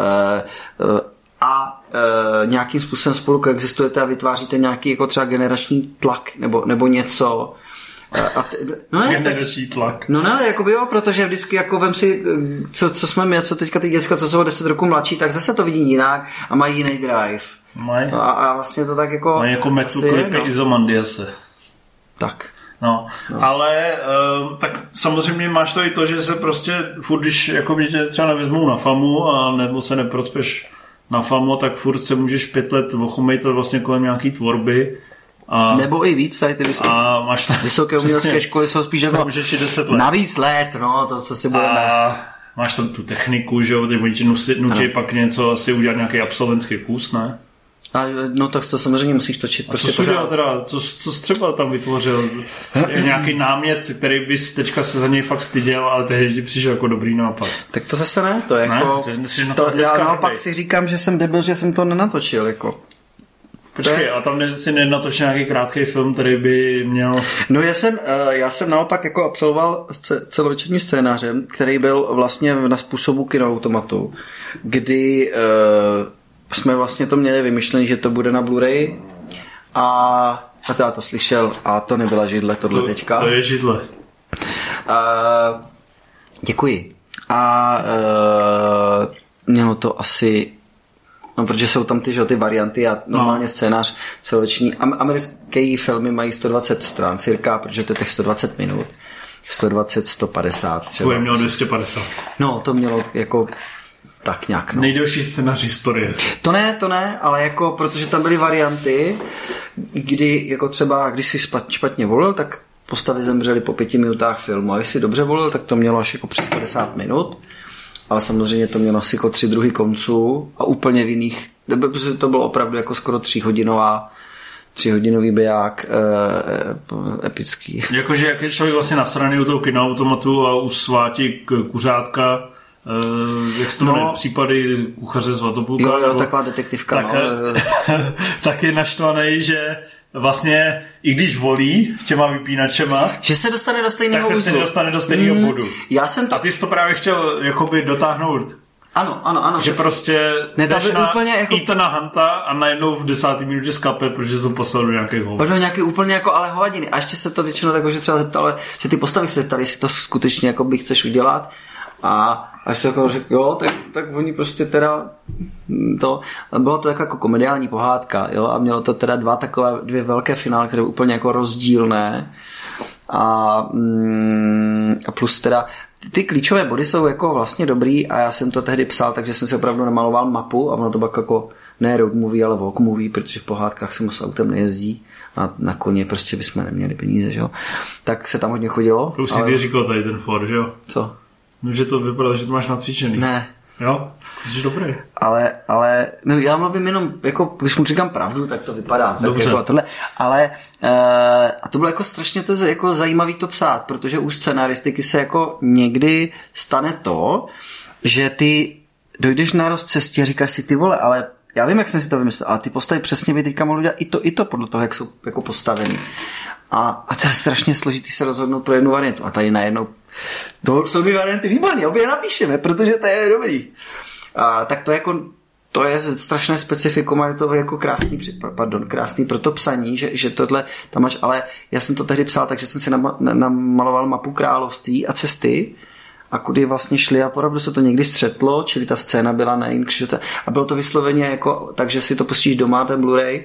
a nějakým způsobem spolu koexistujete a vytváříte nějaký jako třeba generační tlak nebo něco. Generační tlak. Jakoby jo, protože vždycky jako vem si, co jsme my, co teďka ty děcka, co jsou 10 roku mladší, tak zase to vidí jinak a mají jiný drive. A vlastně to tak jako... Mají jako metu klipy Izomandiase. Tak. No. Ale tak samozřejmě máš to i to, že se prostě furt, když jako tě třeba nevezmou na famu a nebo se neprocpeš na famu, tak furt se můžeš 5 let ochomejtat vlastně kolem nějaký tvorby. Nebo i víc, tady ty vysoké umělecké školy jsou spíš jako na víc let, to co si budeme. Máš tam tu techniku, že jo, ty oni ti nutí pak něco asi udělat nějaký absolventský kus, ne? Tak to samozřejmě musíš točit. A prostě co jsi teda? Co jsi třeba tam vytvořil? Je nějaký námět, který bys teďka se za něj fakt styděl, ale tehdy ti přišel jako dobrý nápad. Tak to zase ne, to je jako... Já naopak si říkám, že jsem debil, že jsem to nenatočil, jako... Počkej, a tam si nenatočil nějaký krátký film, který by měl... No já jsem naopak jako absolvoval celovečerním scénářem, který byl vlastně na způsobu kinoautomatu, kdy jsme vlastně to měli vymyšlené, že to bude na Blu-ray a já to slyšel a to nebyla židle tohle teďka. To je židle. Děkuji. A mělo to asi, no protože jsou tam ty varianty a normálně scénář celoční. Americké filmy mají 120 stran cirka, protože to je těch 120 minut. 120, 150 třeba. To mělo 250. No, to mělo jako tak nějak. No. Nejdelší scénář historie. To ne, ale jako, protože tam byly varianty, kdy jako třeba, když si špatně volil, tak postavy zemřely po 5 minutách filmu. A když si dobře volil, tak to mělo až jako přes 50 minut. Ale samozřejmě to mělo asi jako 3 druhy konců a úplně v jiných, to bylo opravdu jako skoro 3hodinový biják epický. Jakože jak je člověk vlastně nasraný u toho kinoautomatu a u svátí kuřátka, jak se to jmenuje, případy kuchaře Zlatopulka. Jo, taková detektivka. Tak, tak je naštvaný, že vlastně i když volí těma vypínačema, že se dostane do stejného uzlu. Tak se dostane do stejného bodu. A ty jsi to právě chtěl jakoby dotáhnout. Ano. Že prostě jdeš na úplně jako... Ethana Hunta a najednou v 10. minutě skape, protože jsem poslal do nějakého hovadiny. Nějaký úplně jako ale hovadiny. A ještě se to většinou tak, že třeba zeptali, že ty postavy se zeptali, jestli to skutečně jako by chceš udělat. A až to jako řekl, jo, tak oni prostě teda to, bylo to jako komediální pohádka, jo, a mělo to teda dvě velké finále, které byly úplně jako rozdílné a plus teda ty klíčové body jsou jako vlastně dobrý a já jsem to tehdy psal, takže jsem si opravdu namaloval mapu a ono to bylo jako ne road movie, ale walk movie, protože v pohádkách se moc autem nejezdí a na koně prostě bychom neměli peníze, že jo. Tak se tam hodně chodilo. Plus si říkal tady ten Ford, že jo? Co? No, že to vypadá, že to máš nacvičený. Ne. Jo? Jsi dobrý. Ale no já mluvím jenom, jako, když mu říkám pravdu, tak to vypadá. Dobře. Tak jako tohle. Ale a to bylo jako strašně to jako zajímavý to psát, protože u scenaristiky se jako někdy stane to, že ty dojdeš na rozcestí a říkáš si ty vole, ale já vím, jak jsem si to vymyslel, ale ty postavy přesně by teďka mohly dělat i to podle toho, jak jsou jako postavený. A to je strašně složitý se rozhodnout pro jednu variantu. A tady najednou to jsou 2 varianty výborný, obě napíšeme, protože to je dobrý. Tak to jako to je strašné specifikum a je to jako krásný pro to psaní, že tohle tam máš, ale já jsem to tehdy psal, takže jsem si namaloval mapu království a cesty a kudy vlastně šli a opravdu se to někdy střetlo, čili ta scéna byla na jiný křižovatce a bylo to vysloveně jako, takže si to pustíš doma, ten Blu-ray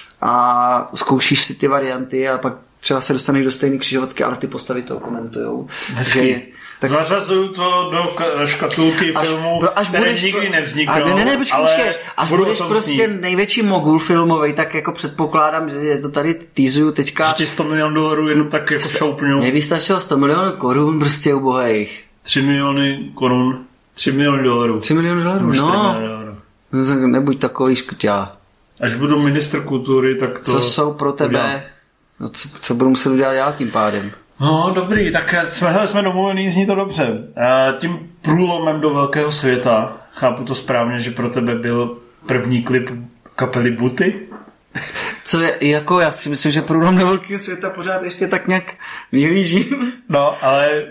a zkoušíš si ty varianty a pak třeba se dostaneš do stejné křižovatky, ale ty postavy to komentujou. Tak zařazuju to do škatulky filmu, které nikdy nevzniknou. Počkej, až budeš prostě největší mogul filmovej, tak jako předpokládám, že to tady teasuju teďka. Že ti $100 milionů jenom tak jako šoupňu. Mně by stačilo $100 milionů korun prostě ubohejch. 3 miliony korun, $3 miliony. $3 miliony, no. Nebuď takový škrťá. Až budu ministr kultury, tak to... Co jsou pro tebe, no, co budu muset udělat já tím pádem? No, dobrý, tak jsme domluvení, zní to dobře. Tím průlomem do velkého světa, chápu to správně, že pro tebe byl první klip kapely Buty? Co je, jako já si myslím, že průlom do velkého světa pořád ještě tak nějak vyhlížím. No, ale...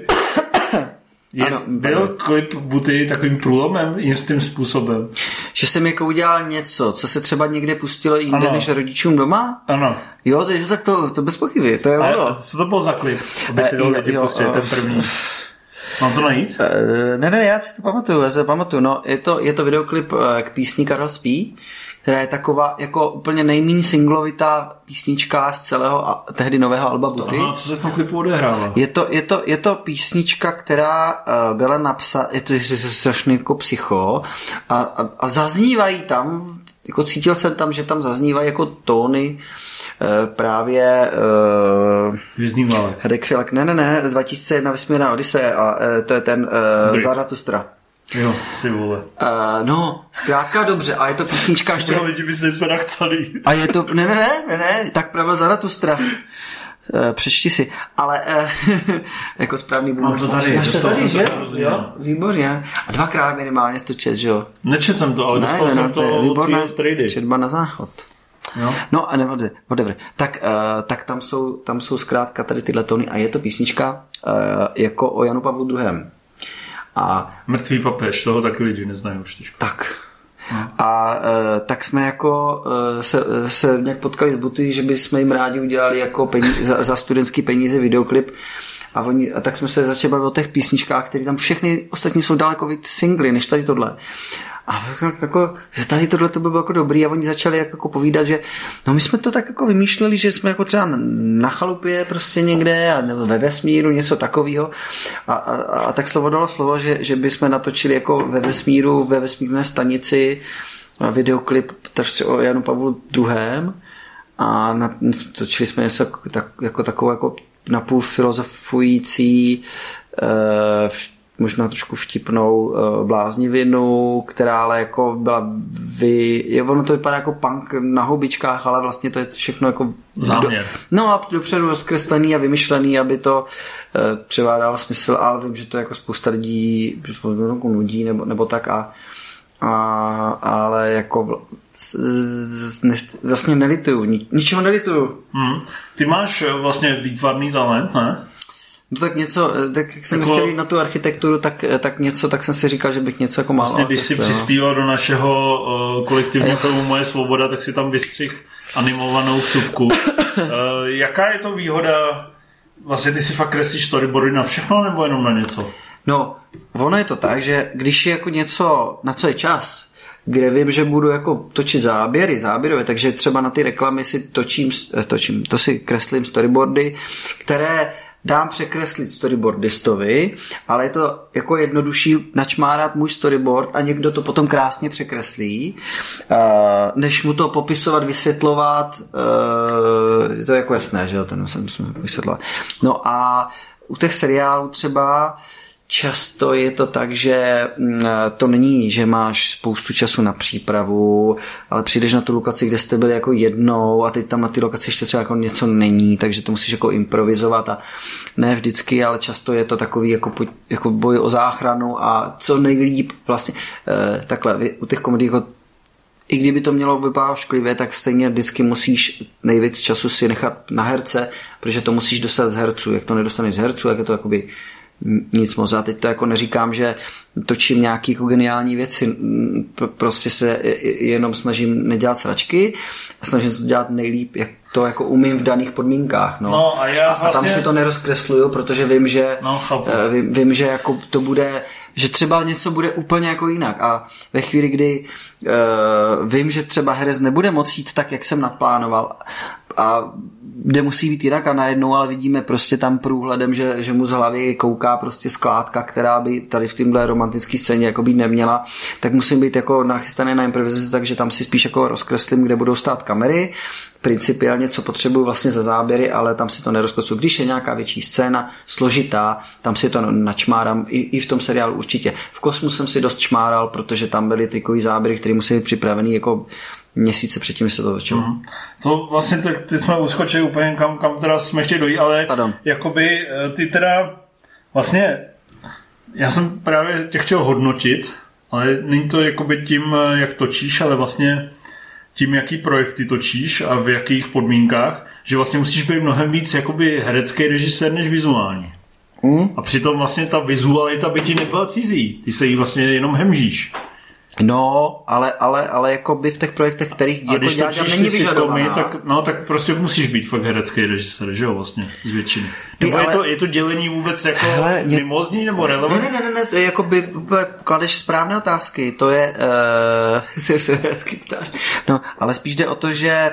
Byl klip Buty takovým průlomem jistým způsobem? Že jsem jako udělal něco, co se třeba někde pustilo jinde než rodičům doma? Ano. Jo, tak to bez pochyby, to je ono. Co to byl za klip? Aby si dal lidi pustit, ten první. Mám to najít? Ne, já si to pamatuju. No, je to videoklip k písni Karel spí, která je taková jako úplně nejméně singlovitá písnička z celého tehdy nového alba Buty. Aha, co se v tom klipu odehrává? Je to písnička, která byla napsána, je to strašný jako psycho a zaznívají tam, jako cítil jsem tam, že tam zaznívají jako tóny právě Hvězdný válek. Redek ne, 2001 Vesmírná Odyseje a to je ten Zaratustra. Jo, si vole. No, zkrátka dobře, a je to písnička ještě... lidi myslí, jsme nachcaný. A je to, ne, tak pravil Zaratustra. Přečti si, ale jako správný boomer. Mám to tady. Máš to tady, že? Jo, výborně. A 2krát minimálně to čet, že jo? Nečet jsem to, ale dostal jsem to od svýho strejdy. Četba na záchod. Jo. No a whatever. Tak tam jsou zkrátka tady tyhle tóny a je to písnička jako o Janu Pavlu II. A Mrtvý papež, toho taky lidi neznají už. Tak. A tak jsme jako se nějak potkali s Buty, že bychom jim rádi udělali jako za studentský peníze videoklip. A tak jsme se začali bavit o těch písničkách, které tam všechny ostatní jsou daleko víc singly, než tady tohle. A jako, že tady tohle to by bylo jako dobrý a oni začali jako povídat, že no my jsme to tak jako vymýšleli, že jsme jako třeba na chalupě prostě někde a ve vesmíru něco takového a tak slovo dalo slovo, že bychom natočili jako ve vesmírné stanici videoklip o Janu Pavlu II. A natočili jsme něco jako takovou jako napůl filozofující možná trošku vtipnou bláznivinu, která ale jako byla ono to vypadá jako punk na houbičkách, ale vlastně to je všechno jako záměr. No a dopředu rozkreslený a vymyšlený, aby to převádalo smysl, ale vím, že to jako spousta lidí nudí nebo tak ale jako vlastně nelituju, ničeho nelituju. Ty máš vlastně výtvarný talent, ne? No tak něco, tak jak jsem chtěl jít na tu architekturu, tak jsem si říkal, že bych něco jako mal. Vlastně když si přispíval do našeho kolektivního filmu Moje svoboda, tak si tam vystřih animovanou vsuvku. Jaká je to výhoda? Vlastně ty si fakt kreslíš storyboardy na všechno nebo jenom na něco? No, ono je to tak, že když je jako něco, na co je čas, kde vím, že budu jako točit záběrové, takže třeba na ty reklamy si to si kreslím storyboardy, které dám překreslit storyboardistovi, ale je to jako jednodušší načmárat můj storyboard a někdo to potom krásně překreslí, než mu to popisovat, vysvětlovat, je to jako jasné, že jo, ten musím vysvětlovat. No a u těch seriálů třeba často je to tak, že to není, že máš spoustu času na přípravu, ale přijdeš na tu lokaci, kde jste byli jako jednou a teď tam na ty lokaci ještě třeba jako něco není, takže to musíš jako improvizovat a ne vždycky, ale často je to takový jako boj o záchranu a co nejlíp vlastně takhle, u těch komedií jako i kdyby to mělo vypadat šklivě, tak stejně vždycky musíš nejvíc času si nechat na herce, protože to musíš dostat z herců. Jak to nedostaneš z herců, jak je to jakoby nic moc. A teď to jako neříkám, že točím nějaký jako geniální věci. Prostě se jenom snažím nedělat sračky a snažím se to dělat nejlíp, jak to jako umím v daných podmínkách. No. A já vlastně... A tam si to nerozkresluju, protože vím, že vím, že jako to bude, že třeba něco bude úplně jako jinak. A ve chvíli, kdy vím, že třeba herec nebude moct jít tak, jak jsem naplánoval a kde musí být jinak a najednou, ale vidíme prostě tam průhledem, že mu z hlavy kouká prostě skládka, která by tady v témhle romantické scéně jako být neměla, tak musím být jako nachystaný na improvizaci, takže tam si spíš jako rozkreslím, kde budou stát kamery, principiálně co potřebuju vlastně za záběry, ale tam si to nerozkresluju. Když je nějaká větší scéna, složitá, tam si to načmárám, i v tom seriálu určitě. V Kosmu jsem si dost čmáral, protože tam byly trikový záběry, které musí být připravený jako měsíce předtím, než se to točilo. To vlastně teď jsme uskočili úplně kam teda jsme chtěli dojít, ale jakoby ty teda vlastně já jsem právě tě chtěl hodnotit, ale není to jakoby tím, jak točíš, ale vlastně tím, jaký projekty točíš a v jakých podmínkách, že vlastně musíš být mnohem víc jakoby herecký režisér než vizuální. A přitom vlastně ta vizualita by ti nebyla cizí. Ty se jí vlastně jenom hemžíš. No, ale jako by v těch projektech, kterých jako dělám, není vyžadovaná. Tak prostě musíš být fakt herecký režisér, že jo, vlastně, z většiny. Je to dělení vůbec jako mimozní nebo relevantní? Ne, to je jako by kladeš správné otázky, to je se hezky ptáš. No, ale spíš jde o to, že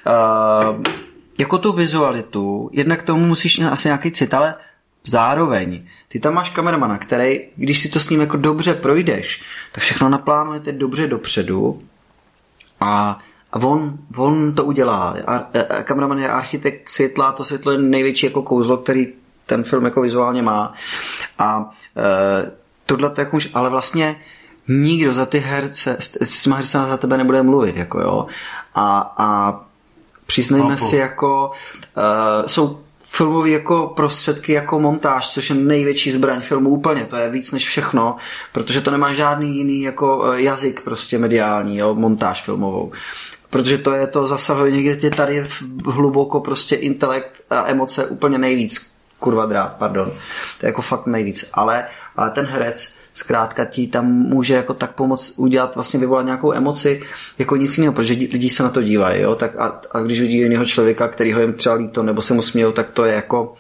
jako tu vizualitu, jednak k tomu musíš asi nějaký cit, ale zároveň ty tam máš kameramana, který, když si to s ním jako dobře projdeš, tak všechno naplánujete dobře dopředu a on to udělá. Kameraman je architekt světla, to světlo je největší jako kouzlo, který ten film jako vizuálně má. A tohle to jak může, ale vlastně nikdo za ty herce, s těma hercema za tebe nebude mluvit, jako jo. A přiznejme si, jako jsou filmové jako prostředky jako montáž, což je největší zbraň filmu úplně, to je víc než všechno, protože to nemá žádný jiný jako jazyk prostě mediální, jo, montáž filmovou. Protože to je to zasahuje někde tady hluboko prostě intelekt a emoce úplně nejvíc. kurva drát, pardon. To je jako fakt nejvíc. Ale ten herec zkrátka ti tam může jako tak pomoct udělat, vlastně vyvolat nějakou emoci jako nic jiného, protože lidi se na to dívají, jo? Tak a když vidí jiného člověka, kterýho jim třeba líto, nebo se mu smějou, tak to je jako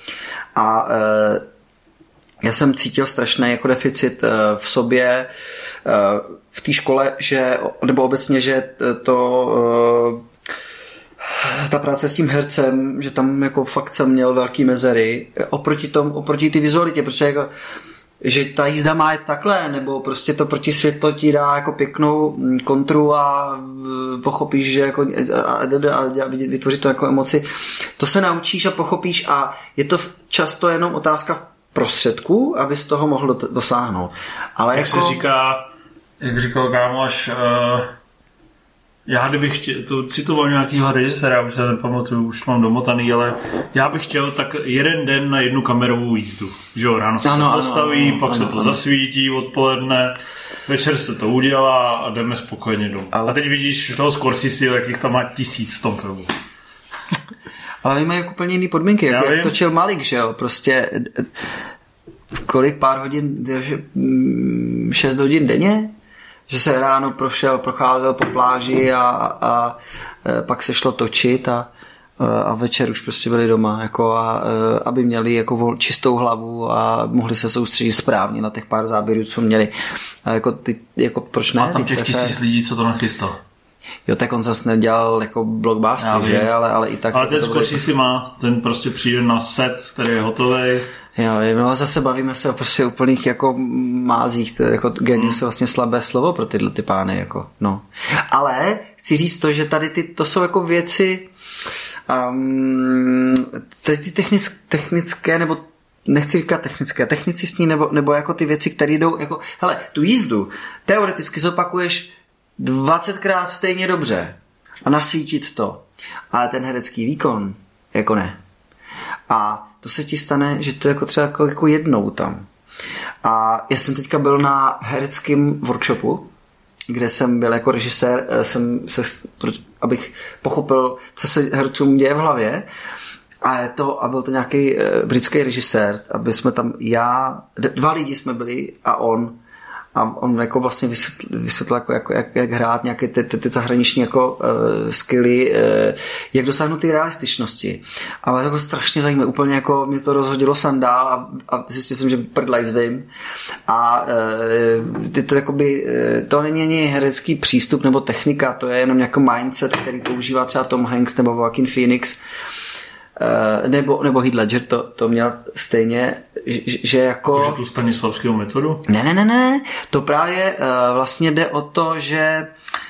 já jsem cítil strašný jako deficit v sobě v té škole, že, nebo obecně, že ta práce s tím hercem, že tam jako fakt jsem měl velký mezery oproti ty vizualitě, protože jako, že ta jízda má jet takhle, nebo prostě to proti světlo ti dá jako pěknou kontru a pochopíš, že jako a vytvořit to jako emoci. To se naučíš a pochopíš a je to často jenom otázka prostředků, aby z toho mohl dosáhnout. Ale jak jako... se říká, jak říkal kámoš, já kdybych chtěl, to citoval nějakýho režiséra, už se nepamatuju, už mám domotaný, ale já bych chtěl tak jeden den na jednu kamerovou jízdu. Že jo, ráno se to postaví, pak se to zasvítí odpoledne, večer se to udělá a jdeme spokojeně domů. A teď vidíš toho Scorsese, jakých tam má 1000 v tom filmu. Ale oni mají úplně jiný podmínky, jak točil Malik, že jo, prostě kolik pár hodin, 6 hodin denně, že se ráno procházel po pláži a pak se šlo točit a večer už prostě byli doma, jako aby měli jako čistou hlavu a mohli se soustředit správně na těch pár záběrů, co měli. A jako proč ne? A tam těch 1000 lidí, co to nachystal. Jo, tak on zase nedělal jako blockbuster, že? Ale i tak... Ale ten Scorsese má, ten prostě přijde na set, který je hotový. Jo, no zase bavíme se o prostě úplných jako mázích, to je jako genius je vlastně slabé slovo pro tyhle ty pány, jako, no. Ale chci říct to, že tady to jsou jako věci ty technické, nebo nechci říkat technicistní, nebo jako ty věci, které jdou, jako, hele, tu jízdu teoreticky zopakuješ 20krát stejně dobře a nasvítit to, ale ten herecký výkon, jako ne. A to se ti stane, že to je jako třeba jako jednou tam. A já jsem teďka byl na hereckém workshopu, kde jsem byl jako režisér, abych pochopil, co se hercům děje v hlavě. A byl to nějaký britský režisér, aby jsme tam, 2 lidi jsme byli a on jako vlastně vysvětlil, jak hrát nějaké ty zahraniční jako skilly, jak dosáhnout ty realističnosti. Ale jako strašně zajímavé, úplně jako mě to rozhodilo sandál a zjistil jsem, že prdlaj zvím. A to není ani herecký přístup nebo technika, to je jenom nějaký mindset, který používá třeba Tom Hanks nebo Joaquin Phoenix, nebo Heath Ledger to měl stejně, že jako... Že tu Stanislavského metodu? Ne. To právě vlastně jde o to, že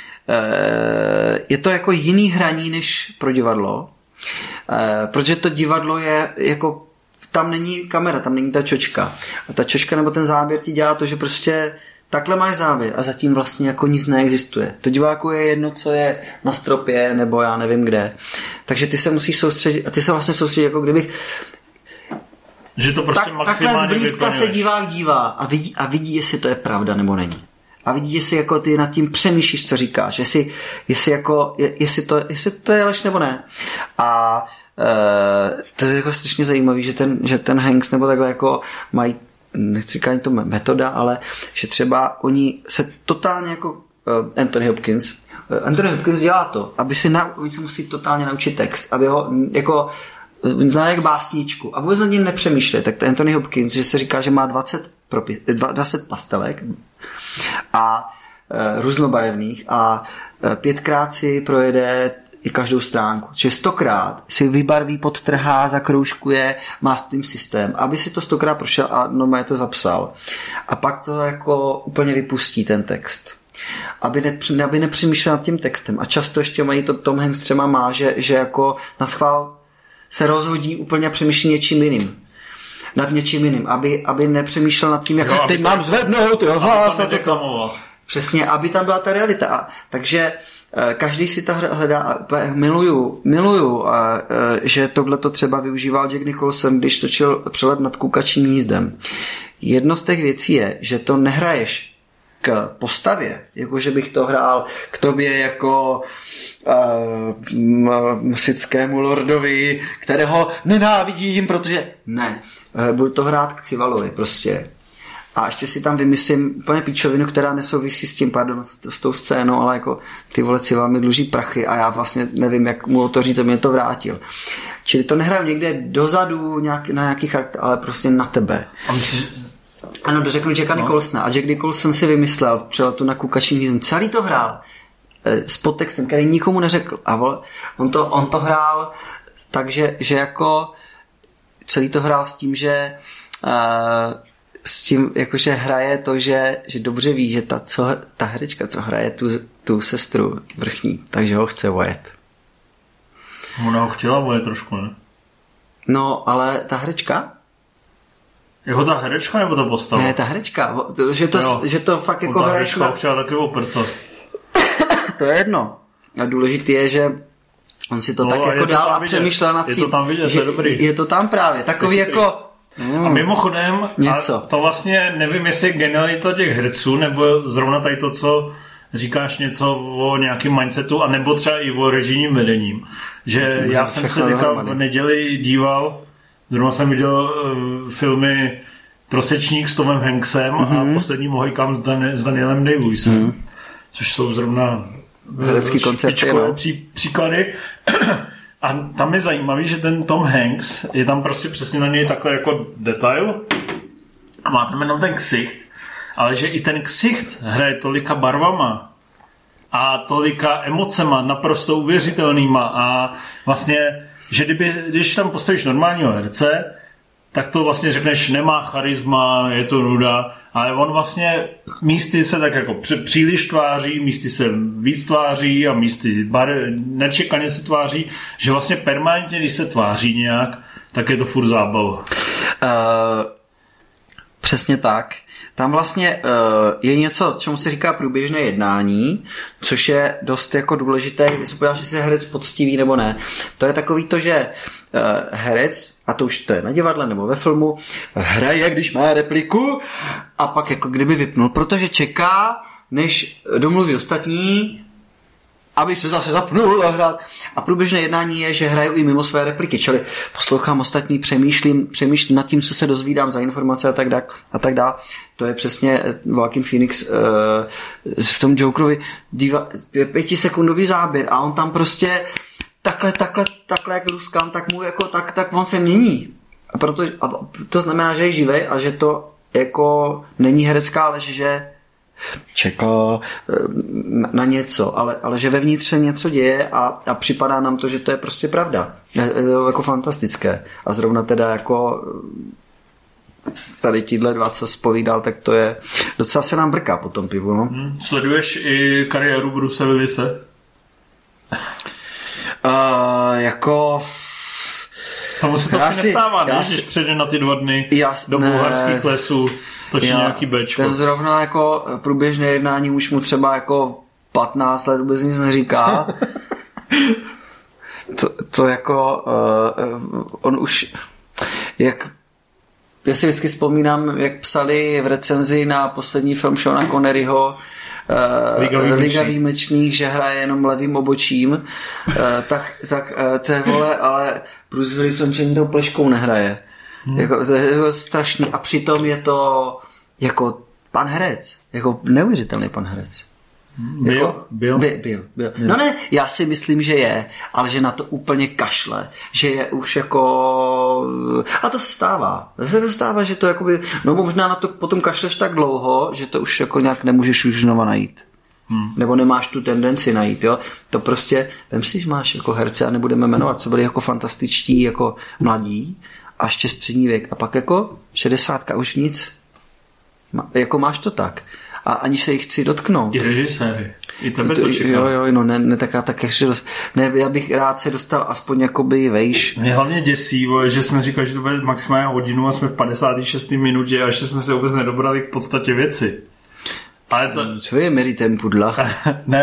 je to jako jiný hraní než pro divadlo, protože to divadlo je jako... Tam není kamera, tam není ta čočka. A ta čočka nebo ten záběr ti dělá to, že prostě takhle máš záběr a zatím vlastně jako nic neexistuje. To diváku je jedno, co je na stropě nebo já nevím kde. Takže ty se musíš soustředit a ty se vlastně soustředit, jako kdybych že to prostě takhle zblízka se divák dívá a vidí, jestli to je pravda nebo není. A vidí, jestli jako ty nad tím přemýšlíš, co říkáš, jestli to je lež nebo ne. A to je jako strašně zajímavý, že ten Hanks nebo takhle jako mají, nechci říkat ani to metoda, ale že třeba oni se totálně jako Anthony Hopkins dělá to, oni se musí totálně naučit text, aby ho jako znal jak básničku a vůbec nad ním nepřemýšlí. Tak to Anthony Hopkins, že se říká, že má 20 pastelek a různobarevných a 5krát si projede i každou stránku. Čiže 100krát si vybarví, podtrhá, zakroužkuje, má s tím systém, aby si to 100krát prošel a normálně to zapsal. A pak to jako úplně vypustí ten text. Aby nepřemýšlel nad tím textem. A často ještě mají to Tom Hanks třeba má, že jako na schvál se rozhodí úplně a přemýšlí nad něčím jiným, aby nepřemýšlel nad tím, jak teď mám zvednout, přesně, aby tam byla ta realita. Takže každý si to hledá, miluju, že tohle to třeba využíval Jack Nicholson, když točil Přelet nad kukačím hnízdem. Jedno z těch věcí je, že to nehraješ k postavě, jako že bych to hrál k tobě jako sickému lordovi, kterého nenávidím, protože ne, budu to hrát k Civalovi prostě. A ještě si tam vymyslím úplně píčovinu, která nesouvisí s tím, pardon, s tou scénou, ale jako ty vole Cival mi dluží prachy a já vlastně nevím, jak mu to říct, aby mě to vrátil. Čili to nehraju někde dozadu na nějaký charakter, ale prostě na tebe. A myslíš... Ano, dořeknu Jacka Nicholsona. A Jack Nicholson si vymyslel v přeletu na Kukačím hnízdem. Celý to hrál s podtextem, který nikomu neřekl. A on to hrál tak, že jako celý to hrál s tím, že s tím, jakože hraje to, že dobře ví, že ta herečka, co hraje tu sestru vrchní, takže ho chce vojet. Ona ho chtěla vojet trošku, ne? No, ale ta herečka? Jako ta herečka nebo ta postava? Ne, ta herečka. Že to fakt jako hraješ. Ta herečka ho chtěla taky oprcat. To je jedno. A důležité je, že on si to tak jako dal a přemýšlel nad tím. Je to tam vidět, to je dobrý. Je to tam právě. Takový jako... A mimochodem, a to vlastně nevím, jestli je genialita těch herců, nebo zrovna tady to, co říkáš něco o nějakém mindsetu, a nebo třeba i o režijním vedením. Že já jsem se teďka v neděli díval, zrovna jsem viděl filmy Trosečník s Tomem Hanksem a Poslední Mohikán s Danielem Day-Lewisem, což jsou zrovna herecký koncerty, příklady. A tam je zajímavý, že ten Tom Hanks, je tam prostě přesně na něj takhle jako detail a má tam jenom ten ksicht, ale že i ten ksicht hraje tolika barvama a tolika emocema naprosto uvěřitelnýma a vlastně, že když tam postavíš normálního herce, tak to vlastně řekneš, nemá charisma, je to nuda, ale on vlastně místy se tak jako příliš tváří, místy se víc tváří a místy nečekaně se tváří, že vlastně permanentně, když se tváří nějak, tak je to furt zábava. Přesně tak. Tam vlastně je něco, čemu se říká průběžné jednání, což je dost jako důležité, když se podíváš, jestli je herec poctivý nebo ne. To je takový to, že herec, a to už to je na divadle nebo ve filmu, hraje, když má repliku a pak jako kdyby vypnul, protože čeká, než domluví ostatní, aby se zase zapnul a hrát. A průběžné jednání je, že hraju i mimo své repliky, čili poslouchám ostatní, přemýšlím nad tím, co se dozvídám za informace a tak dále. To je přesně Joaquin Phoenix v tom Jokerovi 5sekundový záběr a on tam prostě takhle jak luskám, tak mu jako tak on se mění. A to znamená, že je živej a že to jako není herecká lež, že čeká na něco, ale že vevnitř se něco děje a připadá nám to, že to je prostě pravda. Je to jako fantastické. A zrovna teda jako tady tíhle dva, co zpovídal, tak to je docela se nám brká po tom pivu. No? Sleduješ i kariéru Bruce Willise? Jako... Tomu se to asi nestává, ne? Když přijde na ty 2 dny do bulharských lesů, točí nějaký béčko. Ten zrovna jako průběžné jednání už mu třeba jako 15 let vůbec nic neříká. to jako on už já si vždycky vzpomínám, jak psali v recenzi na poslední film Seana Conneryho Liga výjimečných, že hraje jenom levým obočím, tak to je vole, ale Bruce Willis on tou pleškou nehraje. Jako, to je strašný a přitom je to jako pan herec, jako neuvěřitelný pan herec. Byl. No ne, já si myslím, že je, ale že na to úplně kašle, že je už jako... A to se stává. Že to jakoby... No možná na to potom kašleš tak dlouho, že to už jako nějak nemůžeš už znova najít. Nebo nemáš tu tendenci najít, jo. To prostě, vem si, že máš jako herce a nebudeme jmenovat, co byli jako fantastičtí, jako mladí a ještě střední věk. A pak jako 60 už nic. Jako máš to tak. A ani se jich chci dotknout. I režiséry. I tebe to čeká. Jo, no ne, tak já tak ještě já bych rád se dostal aspoň jakoby vejš. Mě hlavně děsí, že jsme říkali, že to bude maximálně hodinu a jsme v 56. minutě a ještě jsme se vůbec nedobrali k podstatě věci. Ale to... Co je Mary ten pudla? Ne,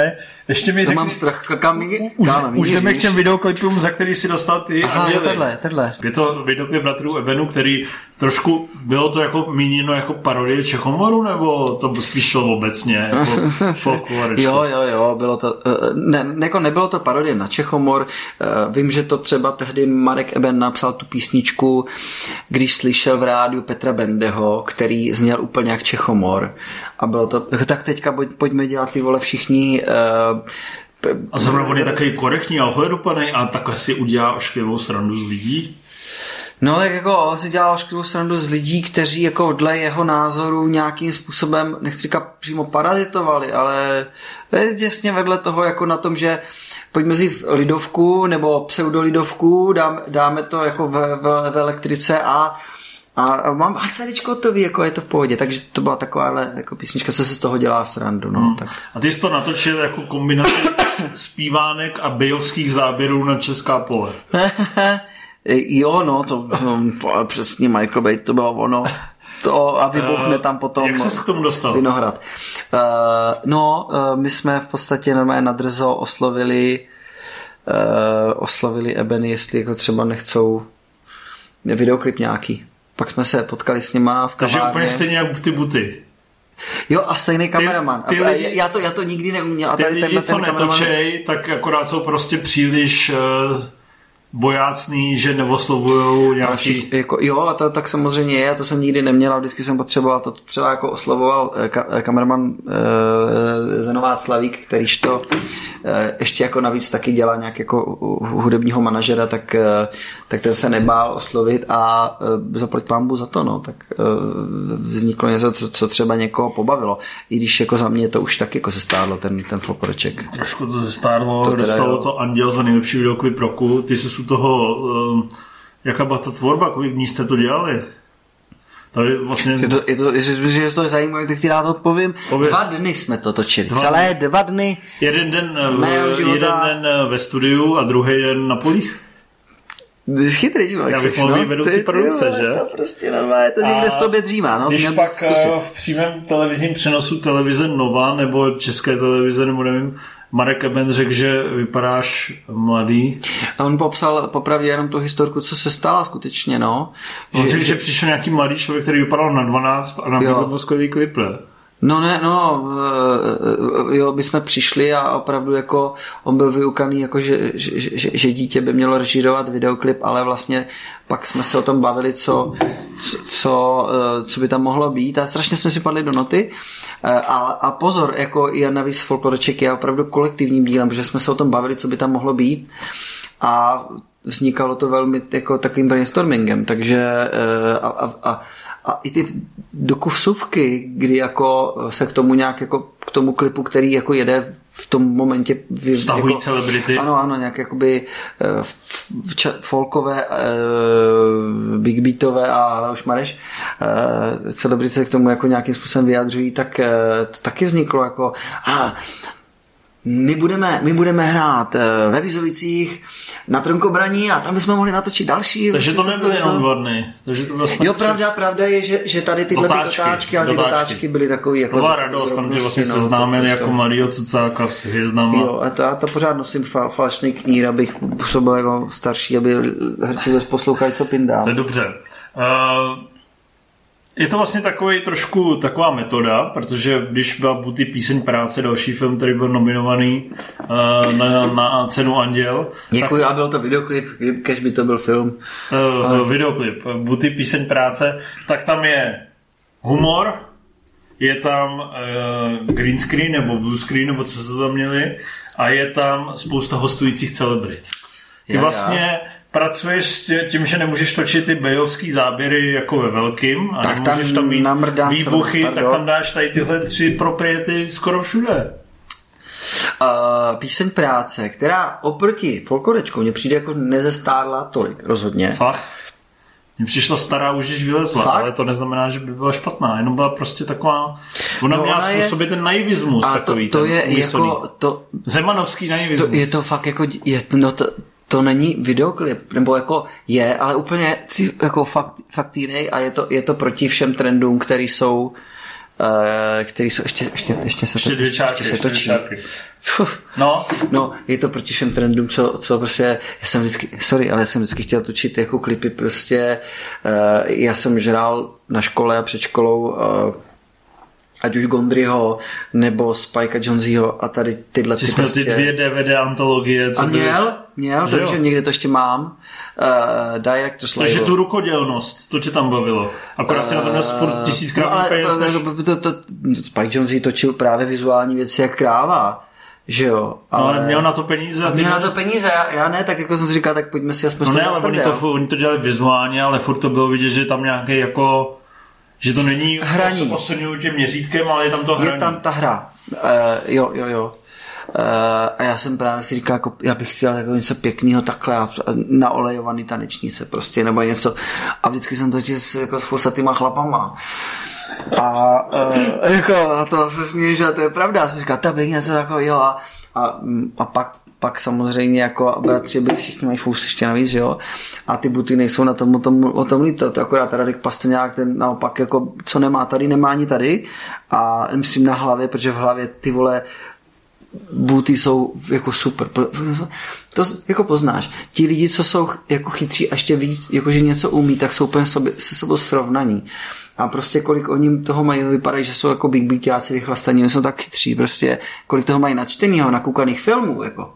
Ještě mi mám strach, už jdeme k těm videoklipům, za který si dostal ty. Aha, jo, tohle. Je to videoklip bratrů Ebenu, který trošku, bylo to jako míněno jako parodie Čechomoru, nebo to spíš šlo obecně jako folkloričku? Jo, bylo to, nebylo to parodie na Čechomor, vím, že to třeba tehdy Marek Eben napsal tu písničku, když slyšel v rádiu Petra Bendeho, který zněl úplně jak Čechomor a bylo to, tak teďka pojďme dělat ty vole všichni. A zrovna on je takový korektní a ohleduplný a takhle si udělá ošklivou srandu z lidí? No tak jako on si dělal ošklivou srandu z lidí, kteří jako dle jeho názoru nějakým způsobem, nechci říkat přímo parazitovali, ale těsně vedle toho jako na tom, že pojďme vzít lidovku nebo pseudolidovku, dáme to jako v elektrice a mám CDčko to ví, jako je to v pohodě, takže to byla taková jako písnička, co se z toho dělá srandu. No, tak. A ty jsi to natočil jako kombinaci zpívánek a bejovských záběrů na Česká pole. Jo, no, to přesně Michael Bay, to bylo ono. To a vybuchne tam potom jak ses k tomu dostal? Vinohrad. My jsme v podstatě normálně nadrzo oslovili Ebeny, jestli jako třeba nechcou videoklip nějaký. Pak jsme se potkali s nima v kavárně. Takže úplně stejně jak ty buty. Jo, a stejný kameraman. Já to nikdy neuměl. A ty lidi, co netočej, tak akorát jsou prostě příliš bojácný, že neoslovujou nějaký... Jo, to tak samozřejmě je, to jsem nikdy neměl, vždycky jsem potřeboval, to třeba jako oslovoval kameraman Zenovád Slavík, kterýž to ještě jako navíc taky dělá nějak jako hudebního manažera, tak ten se nebál oslovit a zaplať pánbu za to, no, tak vzniklo něco, co třeba někoho pobavilo. I když jako za mě to už tak jako zestárlo, ten folkloreček. Trošku to zestárlo, dostalo to Anděl za nejlepší videoklip roku, ty se u toho, jaká byla ta tvorba, kolik dní jste to dělali? Tady vlastně... Jestli to je zajímavé, tak ti rád odpovím. 2 dny jsme to točili. Celé 2 dny. Jeden den ve studiu a druhý den na polích? Chytrý člověk. Já bych mohl být vedoucí produkce, že? To prostě normálně, to někde v tobě dřímá. No, když pak v přímém televizním přenosu televize Nova nebo České televize, nebo nevím, Marek Eben řekl, že vypadáš mladý. A on popsal popravdě jenom tu historku, co se stalo skutečně, no. On řekl, že přišel nějaký mladý člověk, který vypadal na 12 a nám byl skvělý klip, ne? Jo, my jsme přišli a opravdu jako on byl vyukaný, jako že dítě by mělo režírovat videoklip, ale vlastně pak jsme se o tom bavili, co by tam mohlo být a strašně jsme si padli do noty. A pozor, jako i navíc folkloreček je opravdu kolektivním dílem, protože jsme se o tom bavili, co by tam mohlo být a vznikalo to velmi jako takovým brainstormingem, takže a i ty dokuvsuvky, kdy jako se k tomu nějak jako k tomu klipu, který jako jede v tom momentě vztahují jako, celebrity. Ano, nějak jakoby folkové, big beatové a ale už Mareš celebrity se k tomu jako nějakým způsobem vyjadřují, tak to taky vzniklo jako my budeme hrát ve Vizovicích na Trnkobraní a tam bychom mohli natočit další. Takže to nebyly jenom 2 dny. Jo, pravda je, že tady tyhle dotáčky, ale ty dotáčky byly takový jako... To byla radost, tam tě vlastně seznámili jako mladýho cucáka s hvězdama. Jo, a to pořád nosím falešný knír, abych působil jako starší, aby herci vůbec poslouchali, co pindám. To je dobře. Je to vlastně taková metoda, protože když byla Buty píseň práce, další film, který byl nominovaný na cenu Anděl. Děkuji, a byl to videoklip, kež by to byl film. Videoklip, Buty píseň práce, tak tam je humor, je tam green screen nebo blue screen, nebo co se tam měli, a je tam spousta hostujících celebrit. Ty vlastně pracuješ s tím, že nemůžeš točit ty bejovský záběry jako ve velkým a tak nemůžeš tam mít výbuchy, tak tam dáš tady tyhle 3 propriety skoro všude. Píseň práce, která oproti folklorečku mně přijde jako nezestárla tolik, rozhodně. Fakt? Mně přišla stará už, když vylezla, ale to neznamená, že by byla špatná, jenom byla prostě taková, ona měla v sobě ten naivismus takový. To je jako zemanovský naivismus. Je to fakt jako, to není videoklip, nebo jako je, ale úplně jako fakt jiný a je to proti všem trendům, které jsou který jsou ještě se točí. No, je to proti všem trendům, co prostě, já jsem vždycky chtěl točit jako klipy prostě, já jsem žral na škole a před školou ať už Gondryho nebo Spikea Jonzeho a tady tyhle ty prostě... ty 2 DVD antologie. Co a měl, takže někde to ještě mám. Director's Label. Takže tu rukodělnost, to tě tam bavilo. Akorát si na to měl furt 1000krát peněz. Spike Jonze točil právě vizuální věci jak kráva. Že jo, ale měl na to peníze. Měl na to peníze, já ne, tak jako jsem si říkal, tak pojďme si aspoň no ne, ale oni to dělali vizuálně, ale furt to bylo vidět, že tam nějaký jako, že to není oslňují tím měřítkem, ale je tam to hraní. Je tam ta hra, jo. A já jsem právě si říkal, jako, já bych chtěl jako něco pěkného takhle naolejovaný tanečnice prostě, nebo něco. A vždycky jsem to jako s fousatýma chlapama. A to se směje, že to je pravda. Já jsem říkal, to bych něco jako, jo. A pak samozřejmě jako bratři byli všichni mají fousy ještě navíc, že jo. A ty buty nejsou na tom o tom lítat. Akorát Radek Pastrňák, ten naopak jako, co nemá tady, nemá ani tady. A myslím na hlavě, protože v hlavě ty vole buty jsou jako super. To jako poznáš. Ti lidi, co jsou jako chytří a ještě víc, jakože něco umí, tak jsou úplně se sebou srovnaní. A prostě kolik oni toho mají, vypadají, že jsou jako big beatáci vychlastaní, oni jsou tak chytří, prostě kolik toho mají načtenýho, nakoukaných filmů, jako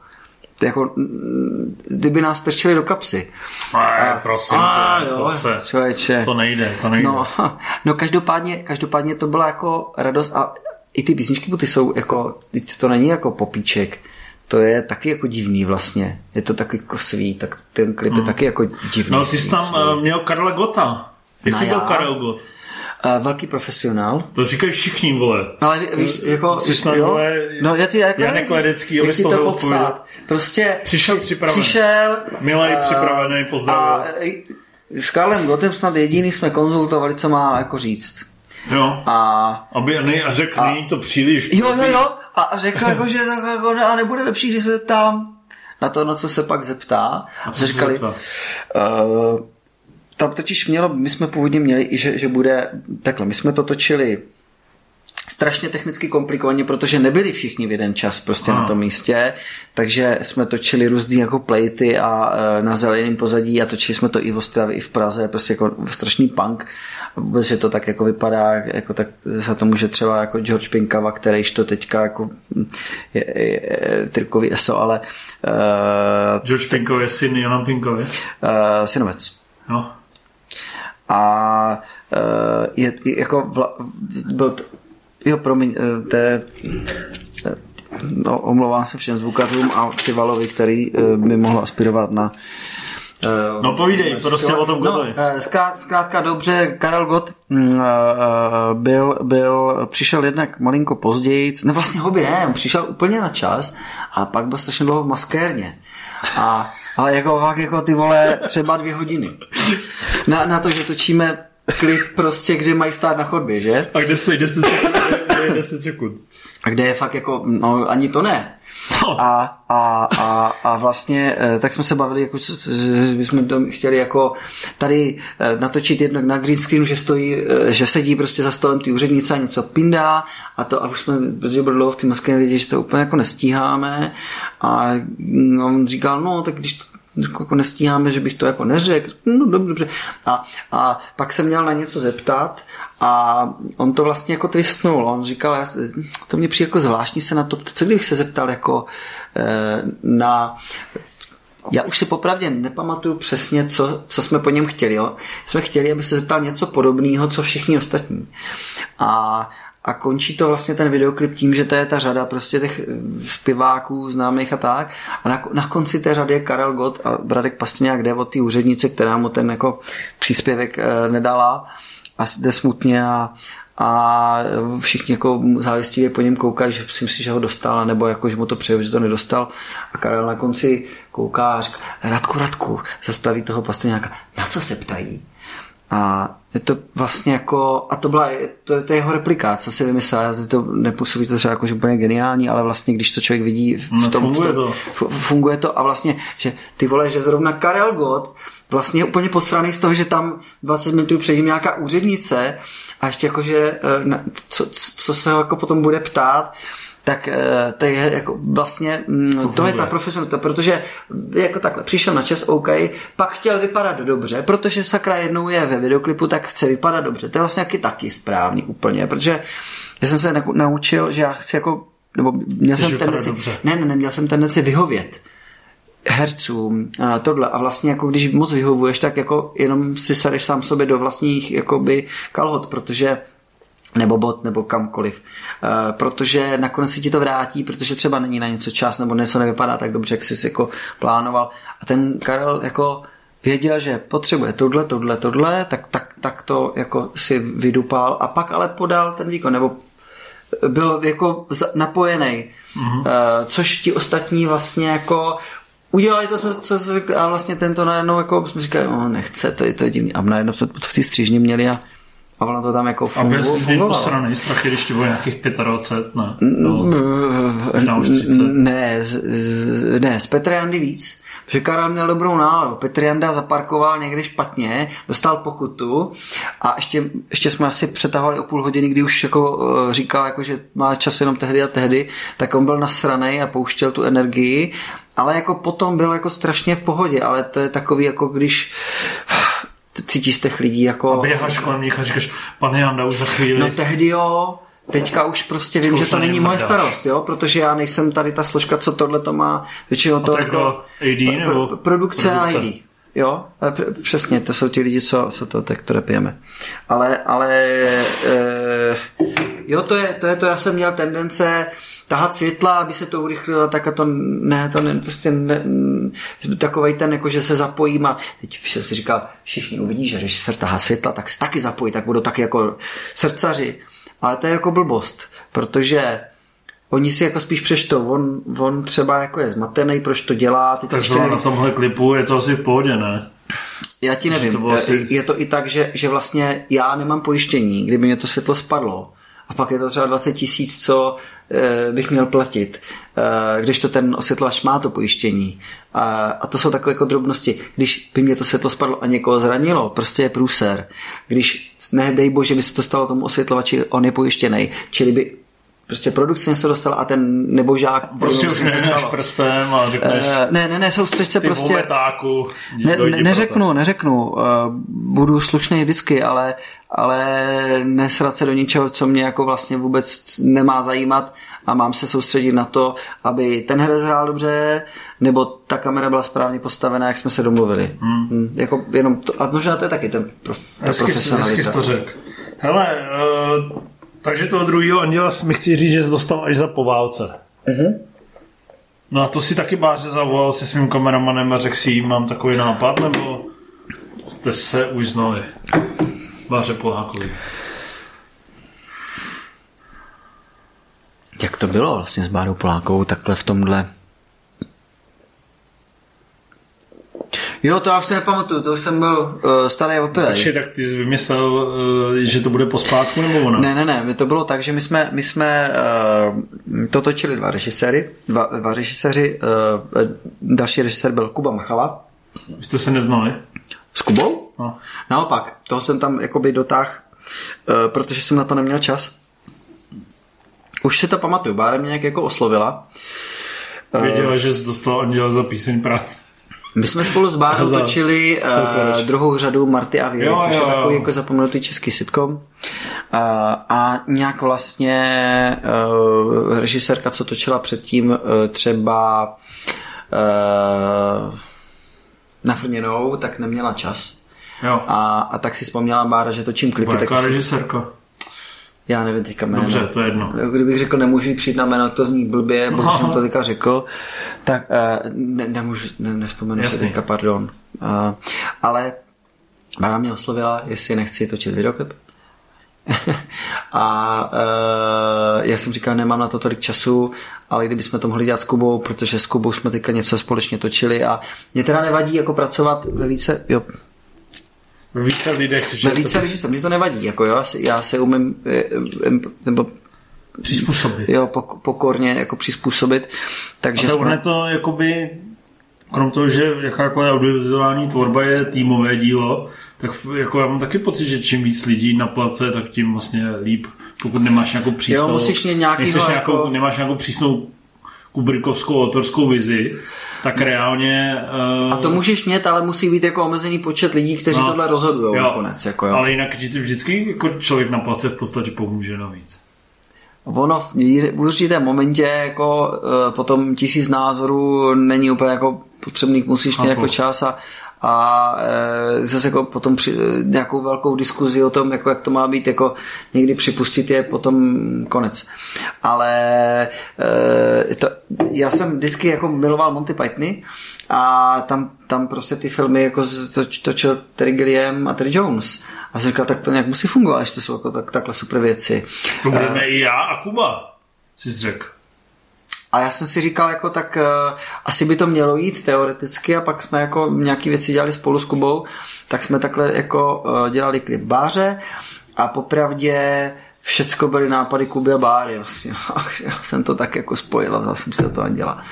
kdyby nás strčili do kapsy. Prosím tě, to nejde. No každopádně to byla jako radost a i ty písničky buty jsou jako, to není jako popíček, to je taky jako divný vlastně, je to taky jako svý, tak ten klip je taky jako divný. No ty jsi tam měl Karla Gotta. Jak to byl Karel Gott? Velký profesionál. To říkají všichni, vole. Ale víš, jako... Jsi snad, vole, Janek Ledecký, jak ti to popsat. Prostě... Přišel. Milej, připravený, pozdravil. S Karlem Gottem snad jediný jsme konzultovali, co má jako říct. Jo. A řekl, není to příliš... Jo. A řekl jako, že a nebude lepší, když se zeptám. Na to, na co se pak zeptá. A co se zeptá? Tam totiž my jsme původně měli, že bude takhle. My jsme to točili strašně technicky komplikovaně, protože nebyli všichni v jeden čas prostě na tom místě, takže jsme točili různý jako plejty a na zeleném pozadí a točili jsme to i v Ostravě, i v Praze, prostě jako strašný punk. Vůbec, že to tak jako vypadá, jako tak za to může třeba jako George Pinkava, kterýž to teďka jako je trikový ESO, ale George Pinkov je syn Jana Pinkovy? Synovec. No. A je jako omlouvám se všem zvukařům a Civalovi, který by mohl aspirovat na no povídej, prostě o tom Gottovi. Zkrátka dobře, Karel Gott přišel jednak malinko později, ne vlastně přišel úplně na čas a pak byl strašně dlouho v maskérně. Ale jako ty vole třeba 2 hodiny. Na to, že točíme klip prostě, kde mají stát na chodbě, že? A kde stojí 10 sekund? A kde je fakt jako, no ani to ne. A vlastně tak jsme se bavili, jako, že bychom to chtěli jako tady natočit jednak na green screenu, že sedí prostě za stolem ty úřednice a něco pindá a už jsme, protože bylo dlouho v té maskě věděli, že to úplně jako nestíháme a on říkal, no tak když to jako nestíháme, že bych to jako neřekl, no dobře. A pak jsem měl na něco zeptat a on to vlastně jako twistnul. On říkal, to mě přijde jako zvláštní se na to, co kdybych se zeptal jako já už si popravdě nepamatuju přesně, co jsme po něm chtěli. Jo? Jsme chtěli, aby se zeptal něco podobného, co všichni ostatní. A končí to vlastně ten videoklip tím, že to je ta řada prostě těch zpěváků známých a tak. A na konci té řady je Karel Gott a Radek Pastrňák jde od té úřednice, která mu ten jako příspěvek nedala a jde smutně a všichni jako závistivě po něm koukají, že si myslí, že ho dostal, nebo jako, že mu to přeje, že to nedostal. A Karel na konci kouká a říká, Radku, zastaví toho Pastrňáka. Na co se ptají? A je to vlastně jako, a to je jeho replika, co si vymyslel, to nepůsobí to třeba jako, že bude geniální, ale vlastně, když to člověk vidí funguje to a vlastně, že ty vole, že zrovna Karel Gott vlastně úplně posraný z toho, že tam 20 minut předtím nějaká úřednice a ještě jakože co se ho jako potom bude ptát, tak to je jako vlastně, to je ta profesionalita, protože jako takhle, přišel na čas, OK, pak chtěl vypadat dobře, protože sakra jednou je ve videoklipu, tak chce vypadat dobře. To je vlastně taky správný úplně, protože já jsem se naučil, že já chci jako, nebo měl jsem tendenci, měl jsem tendenci vyhovět hercům tohle a vlastně jako když moc vyhovuješ, tak jako jenom si sadeš sám sobě do vlastních jakoby kalhot, protože nebo bot, nebo kamkoliv. Protože nakonec se ti to vrátí, protože třeba není na něco čas, nebo něco nevypadá tak dobře, jak jsi jako plánoval. A ten Karel jako věděl, že potřebuje tohle, tak to jako si vydupal a pak ale podal ten výkon, nebo byl jako napojený. Což ti ostatní vlastně jako udělali to, co a vlastně tento najednou jako jsme říkali, nechce, to je divný. A najednou jsme v té střížně měli a ono to tam jako fungovalo. A byl jsi posraný strachy, když ti bylo nějakých 25, ne? Možná už 30. Ne, z Petra Jandy víc. Protože Karel měl dobrou náladu. Petr Janda zaparkoval někde špatně, dostal pokutu a ještě jsme asi přetahovali o půl hodiny, kdy už jako říkal, jako, že má čas jenom tehdy a tehdy, tak on byl nasranej a pouštěl tu energii, ale jako potom byl jako strašně v pohodě, ale to je takový, jako když cítíš těch lidí jako... A běháš kolem nich a říkáš, pane Janda, už za chvíli. No tehdy jo, teďka už prostě vím, že to není moje starost, jo, protože já nejsem tady ta složka, co tohle to má, většinou to jako... AD nebo... Produkce a ID, jo, přesně, to jsou ti lidi, co to tak, které pijeme. Ale jo, to je to, já jsem měl tendence tahat světla, aby se to urychlilo, tak a to ne, prostě ne, takovej ten, jako že se zapojím a teď si říkal, všichni uvidí, že režisér tahá světla, tak se taky zapojí, tak budou taky jako srdcaři. Ale to je jako blbost, protože oni si jako spíš přečtou, on třeba jako je zmatený, proč to dělá. Takže na tomhle klipu je to asi v pohodě, ne? Já ti nevím, je to i tak, že vlastně já nemám pojištění, kdyby mě to světlo spadlo. A pak je to třeba 20 000, co bych měl platit. Když to ten osvětlač má to pojištění. A to jsou takové jako drobnosti. Když by mě to světlo spadlo a někoho zranilo, prostě je průser. Když, nedej bože, by se to stalo tomu osvětlovači, on je pojištěný. Čili by prostě produkce něco dostala a ten nebožák... Prostě už nehneš prstem a řekneš... Ne, soustřeď se prostě... Metáku, neřeknu. Budu slušný vždycky, ale nesrat se do ničeho, co mě jako vlastně vůbec nemá zajímat a mám se soustředit na to, aby ten herec hrál dobře, nebo ta kamera byla správně postavená, jak jsme se domluvili. Jako jenom to, a možná to je taky ten profesionalita. Hezky jsi to řekl. Hele, takže toho druhého anděla mi chci říct, že jsi dostal až za po válce. No a to si taky Báře zavolal se svým kameramanem a řekl si, mám takový nápad, nebo jste se už znali? Báře Polhákovi. Jak to bylo vlastně s Bárou Polákovou takhle v tomhle? Jo, to já už se nepamatuju, to už jsem byl starý opilej. Takže tak ty jsi vymyslel, že to bude pospátku, nebo ona? Ne, to bylo tak, že my jsme to točili dva režiséři, další režisér byl Kuba Machala. Vy jste se neznali? S Kubou? No. Naopak, toho jsem tam jakoby dotáhl, protože jsem na to neměl čas. Už si to pamatuju, Bára mě nějak jako oslovila. Věděla, že jsi dostal anděla za píseň práce. My jsme spolu s Bárou točili druhou řadu Marty a Věry, což je takový jako zapomenutý český sitcom. A nějak vlastně režisérka, co točila předtím třeba Nafrněnou, tak neměla čas. Jo. A tak si vzpomněla Bára, že točím klipy. Jaká režisérka? Já nevím teďka jméno. Dobře, to je jedno. Kdybych řekl, nemůžu jí přijít na jméno, to zní blbě, protože jsem to teďka řekl, tak nevzpomenu se teďka, pardon. Ale Bára mě oslovila, jestli nechci točit videoklip. A já jsem říkal, nemám na to tolik času, ale kdybychom to mohli dělat s Kubou, protože s Kubou jsme teďka něco společně točili a mě teda nevadí jako pracovat ve více, jo. Ve více lidech. Ve více lidech, mě to nevadí, jako jo, já se umím nebo přizpůsobit. Jo, pokorně jako přizpůsobit. Takže a to je to jakoby krom toho, že jakákoliv audiovizuální tvorba je týmové dílo, tak jako já mám taky pocit, že čím víc lidí na place, tak tím vlastně líp, pokud nemáš nějakou přísnou... Jo, musíš mít nemáš nějakou přísnou kubrickovskou autorskou vizi, tak reálně... A to můžeš mít, ale musí být jako omezený počet lidí, kteří tohle rozhodují nakonec. Jako, jo. Ale jinak ti vždycky jako člověk na place v podstatě pomůže navíc. Ono v určitém momentě jako potom 1000 názorů není úplně jako potřebný, musíš mít jako čas a zase jako potom nějakou velkou diskuzi o tom, jako jak to má být, jako někdy připustit je potom konec. Ale já jsem vždycky jako miloval Monty Pythony a tam prostě ty filmy jako točil Terry Gilliam a Terry Jones. A jsem říkal, tak to nějak musí fungovat, že to jsou jako takhle super věci. To budeme i já a Kuba, jsi řekl. A já jsem si říkal, jako tak asi by to mělo jít teoreticky a pak jsme jako nějaký věci dělali spolu s Kubou, tak jsme takhle jako dělali klip Báře a popravdě všecko byly nápady Kuby a Báry. Vlastně. Já jsem to tak jako spojil a zase jsem se to ani dělal.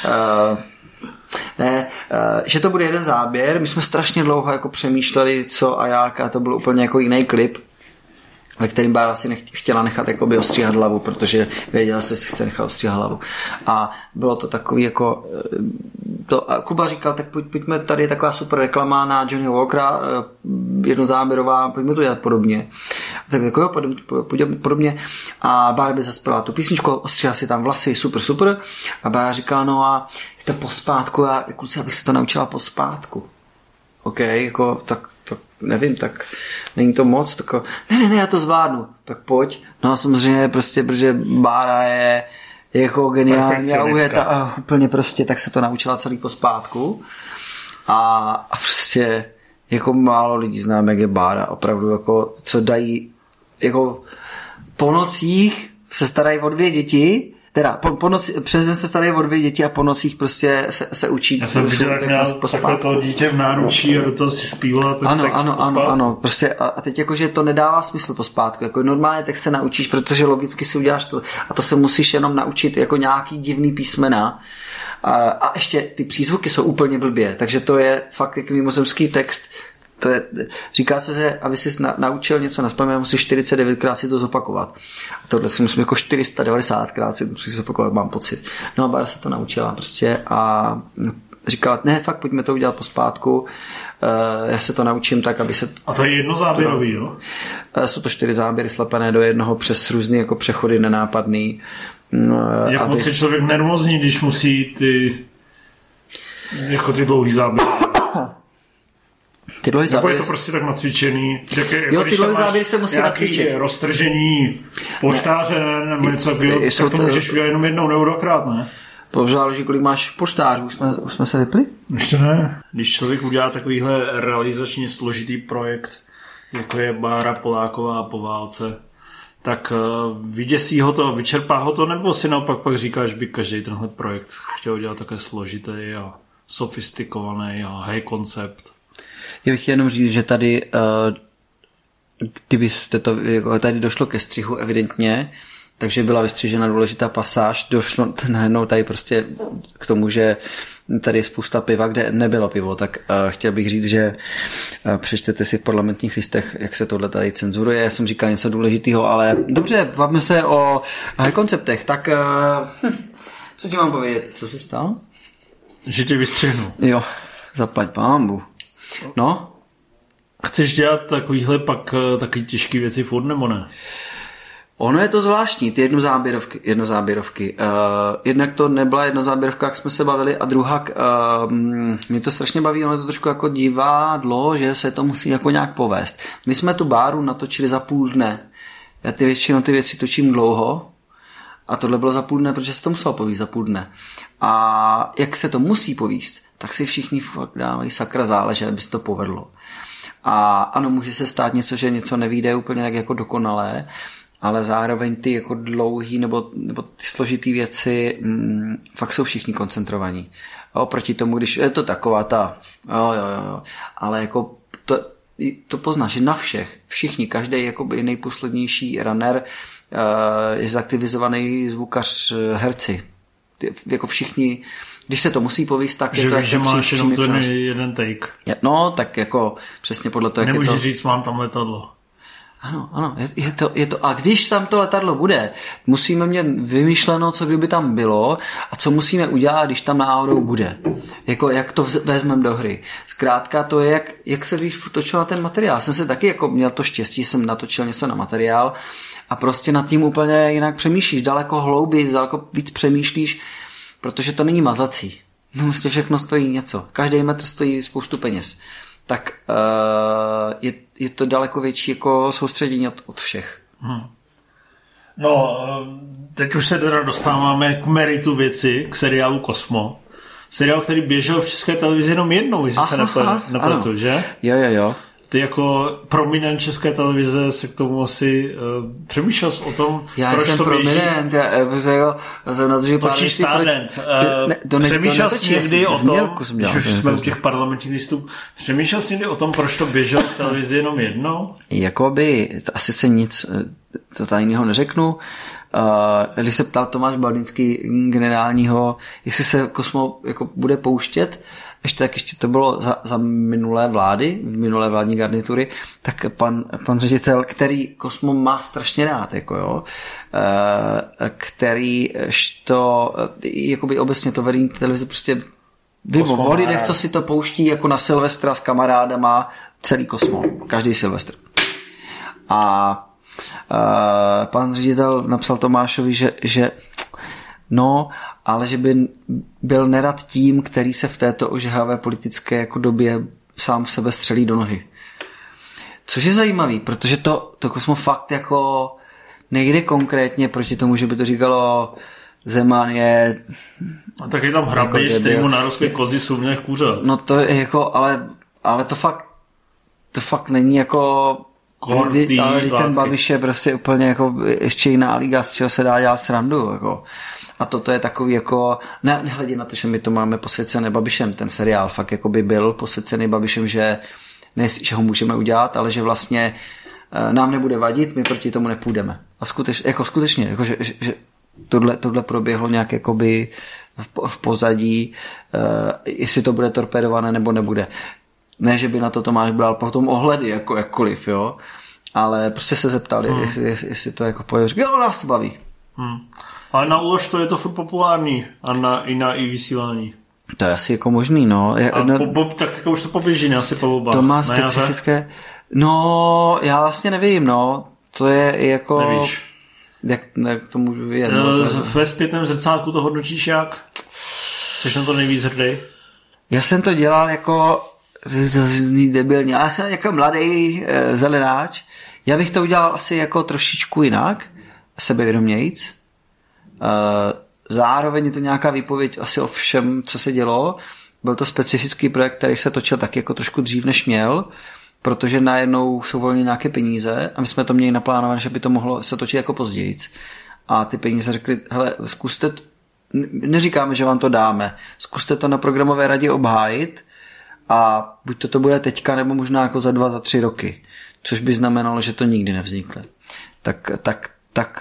Že to bude jeden záběr, my jsme strašně dlouho jako přemýšleli co a jak a to byl úplně jako jiný klip, ve kterým Bára si chtěla nechat jakoby ostříhat hlavu, protože věděla, že si chce nechat ostříhat hlavu. A bylo to takový jako... a Kuba říkal, tak pojďme, tady je taková super reklama na Johnny Walkera, jednozáběrová, pojďme to dělat podobně. Tak jako jo, podobně. A Bára by zaspěla tu písničku, ostříhala si tam vlasy, super. A Bára říkala, no a to pospátku, a kluci, abych se to naučila pospátku. OK, jako, tak nevím, tak není to moc, tak ne, já to zvládnu, tak pojď. No a samozřejmě prostě, protože Bára je jako geniální a uvěta a úplně prostě, tak se to naučila celý pospátku a prostě jako málo lidí znám, jak je Bára, opravdu jako, co dají, jako po nocích se starají o 2 děti, teda po noci, přes den se starají o 2 děti a po nocích prostě se učí. Já jsem viděl, jak měl takhle to dítě v náručí a do toho si zpívala ten text ano, prostě a teď jakože to nedává smysl pospátku, jako normálně tak se naučíš, protože logicky si uděláš to a to se musíš jenom naučit jako nějaký divný písmena a ještě ty přízvuky jsou úplně blbě, takže to je fakt jako mimozemský text. To je, říká se, že aby si naučil něco nazpamět, musíš 49krát si to zopakovat. A tohle si musím jako 490krát si to zopakovat, mám pocit. No a Bára se to naučila prostě a říkala, ne, fakt pojďme to udělat pospátku, já se to naučím tak, aby se... A to je jednozáběrový, jo? Jsou to 4 záběry slepené do jednoho přes různý jako přechody nenápadný. Jak moc je člověk nervózní, když musí ty dlouhý záběry? Nebo je to prostě tak nacvičený? Jo, ty dlouhý záběry se musí nacvičit. Roztržení polštáře nebo něco takového, tak to můžeš udělat jenom jednou nebo 2krát, ne? To záleží, kolik máš polštářů. Už jsme se vypli? Ještě ne. Když člověk udělá takovýhle realizačně složitý projekt, jako je Bára Poláková po válce, tak vyděsí ho to, vyčerpá ho to, nebo si naopak pak říkáš, že by každý tenhle projekt chtěl dělat také složitý a sofistikovaný a high koncept? Já bych chtěl jenom říct, že tady, kdybyste to, jako tady došlo ke střihu evidentně, takže byla vystřižena důležitá pasáž, došlo najednou tady prostě k tomu, že tady je spousta piva, kde nebylo pivo, tak chtěl bych říct, že přečtete si v Parlamentních listech, jak se tohle tady cenzuruje. Já jsem říkal něco důležitého, ale dobře, bavíme se o high konceptech, tak co ti mám povědět? Co jsi ptal? Že tě vystřihnu. Jo, zaplať pánbu. No? Chceš dělat takovýhle pak taky těžké věci furt, nebo ne? Ono je to zvláštní, ty jednozáběrovky. Jednak to nebyla jednozáběrovka, jak jsme se bavili, a druhá, mě to strašně baví, ono je to trošku jako divadlo, že se to musí jako nějak povést. My jsme tu Báru natočili za půl dne. Já většinou ty věci točím dlouho a tohle bylo za půl dne, protože se to muselo povíst za půl dne. A jak se to musí povíst, tak si všichni fakt dávají sakra záleží, aby se to povedlo. A ano, může se stát něco, že něco nevyjde úplně tak jako dokonalé, ale zároveň ty jako dlouhý nebo ty složitý věci fakt jsou všichni koncentrovaní. Oproti tomu, když je to taková ta jo, ale jako to poznáš, že na všichni, každý jakoby nejposlednější runner je zaktivizovaný zvukař herci. jako všichni, když se to musí povíst, tak že je to že máš jenom ten jeden take. No, tak jako přesně podle toho, jak nemůžeš je to... říct, mám tam letadlo. Ano, je to. A když tam to letadlo bude, musíme mít vymýšleno, co kdyby tam bylo a co musíme udělat, když tam náhodou bude. Jako, jak to vezmeme do hry. Zkrátka to je, jak se když točil na ten materiál. Jsem se taky jako měl to štěstí, že jsem natočil něco na materiál a prostě nad tím úplně jinak přemýšlíš, daleko hlouběji, daleko víc přemýšlíš, protože to není mazací. No, prostě všechno stojí něco. Každý metr stojí spoustu peněz. Tak je to daleko větší jako soustředění od všech. No, teď už se teda dostáváme k meritu věci, k seriálu Kosmo. Seriál, který běžel v České televizi jenom jednou, jestli se nepletu, že? Jo. Ty jako prominent České televize se k tomu asi přemýšlel o tom, proč to běží. Točíš Stardance. Přemýšlel jsi někdy o tom, když už jsme u těch parlamentních listů, přemýšlel jsi někdy o tom, proč to běžel v televizi jenom jednou? Jakoby, asi se nic tajného neřeknu. Když se ptal Tomáš Baldinský generálního, jestli se Kosmo jako bude pouštět, ještě to bylo za minulé vlády, v minulé vládní garnitury, tak pan ředitel, který Kosmo má strašně rád, jako jo, který to, jakoby obecně to vedení televize prostě o lidech, co si to pouští jako na Silvestra s kamarádama, celý Kosmo, každý Silvestr. A pan ředitel napsal Tomášovi, že no, ale že by byl nerad tím, který se v této ožehavé politické jako době sám sebe střelí do nohy. Což je zajímavý, protože to Kosmo fakt jako nejde konkrétně proti tomu, že by to říkalo Zeman je... A tak je tam Hrabiš, jako který mu narostly kozy sumných kuřat. No to je jako, ale to fakt není jako... Ale ten Babiš je prostě úplně jako ještě jiná liga, z čeho se dá dělat srandu. Jako. A toto je takový jako, nehledě na to, že my to máme posvěcené Babišem, ten seriál fakt jako by byl posvěcený Babišem, že ho můžeme udělat, ale že vlastně nám nebude vadit, my proti tomu nepůjdeme. A skutečně, jako že tohle proběhlo nějak jakoby v pozadí, jestli to bude torpedované nebo nebude. Ne, že by na to Tomáš bral potom ohledy, jako jakkoliv, jo. Ale prostě se zeptal, jestli to jako pojde. Jo, nás to baví. Ale na Ulož to je to furt populární a i na vysílání. To je asi jako možný, no. Tak už to poběží, ne? Asi po volbách. To má specifické... No, já vlastně nevím, no. To je jako... Nevíš. Jak to můžu vědět? Ve zpětném zrcátku to hodnotíš jak? Což na to nejvíc hrdý? Já jsem to dělal jako... debilně. Já jsem jako mladý zelenáč. Já bych to udělal asi jako trošičku jinak, sebevědomějíc. Zároveň je to nějaká výpověď asi o všem, co se dělo. Byl to specifický projekt, který se točil tak jako trošku dřív, než měl, protože najednou jsou volně nějaké peníze a my jsme to měli naplánovat, že by to mohlo se točit jako pozdějíc. A ty peníze řekli, hele, zkuste, neříkáme, že vám to dáme, zkuste to na programové radě obhájit a buď to bude teďka, nebo možná jako za 2, za 3 roky. Což by znamenalo, že to nikdy nevznikne. Tak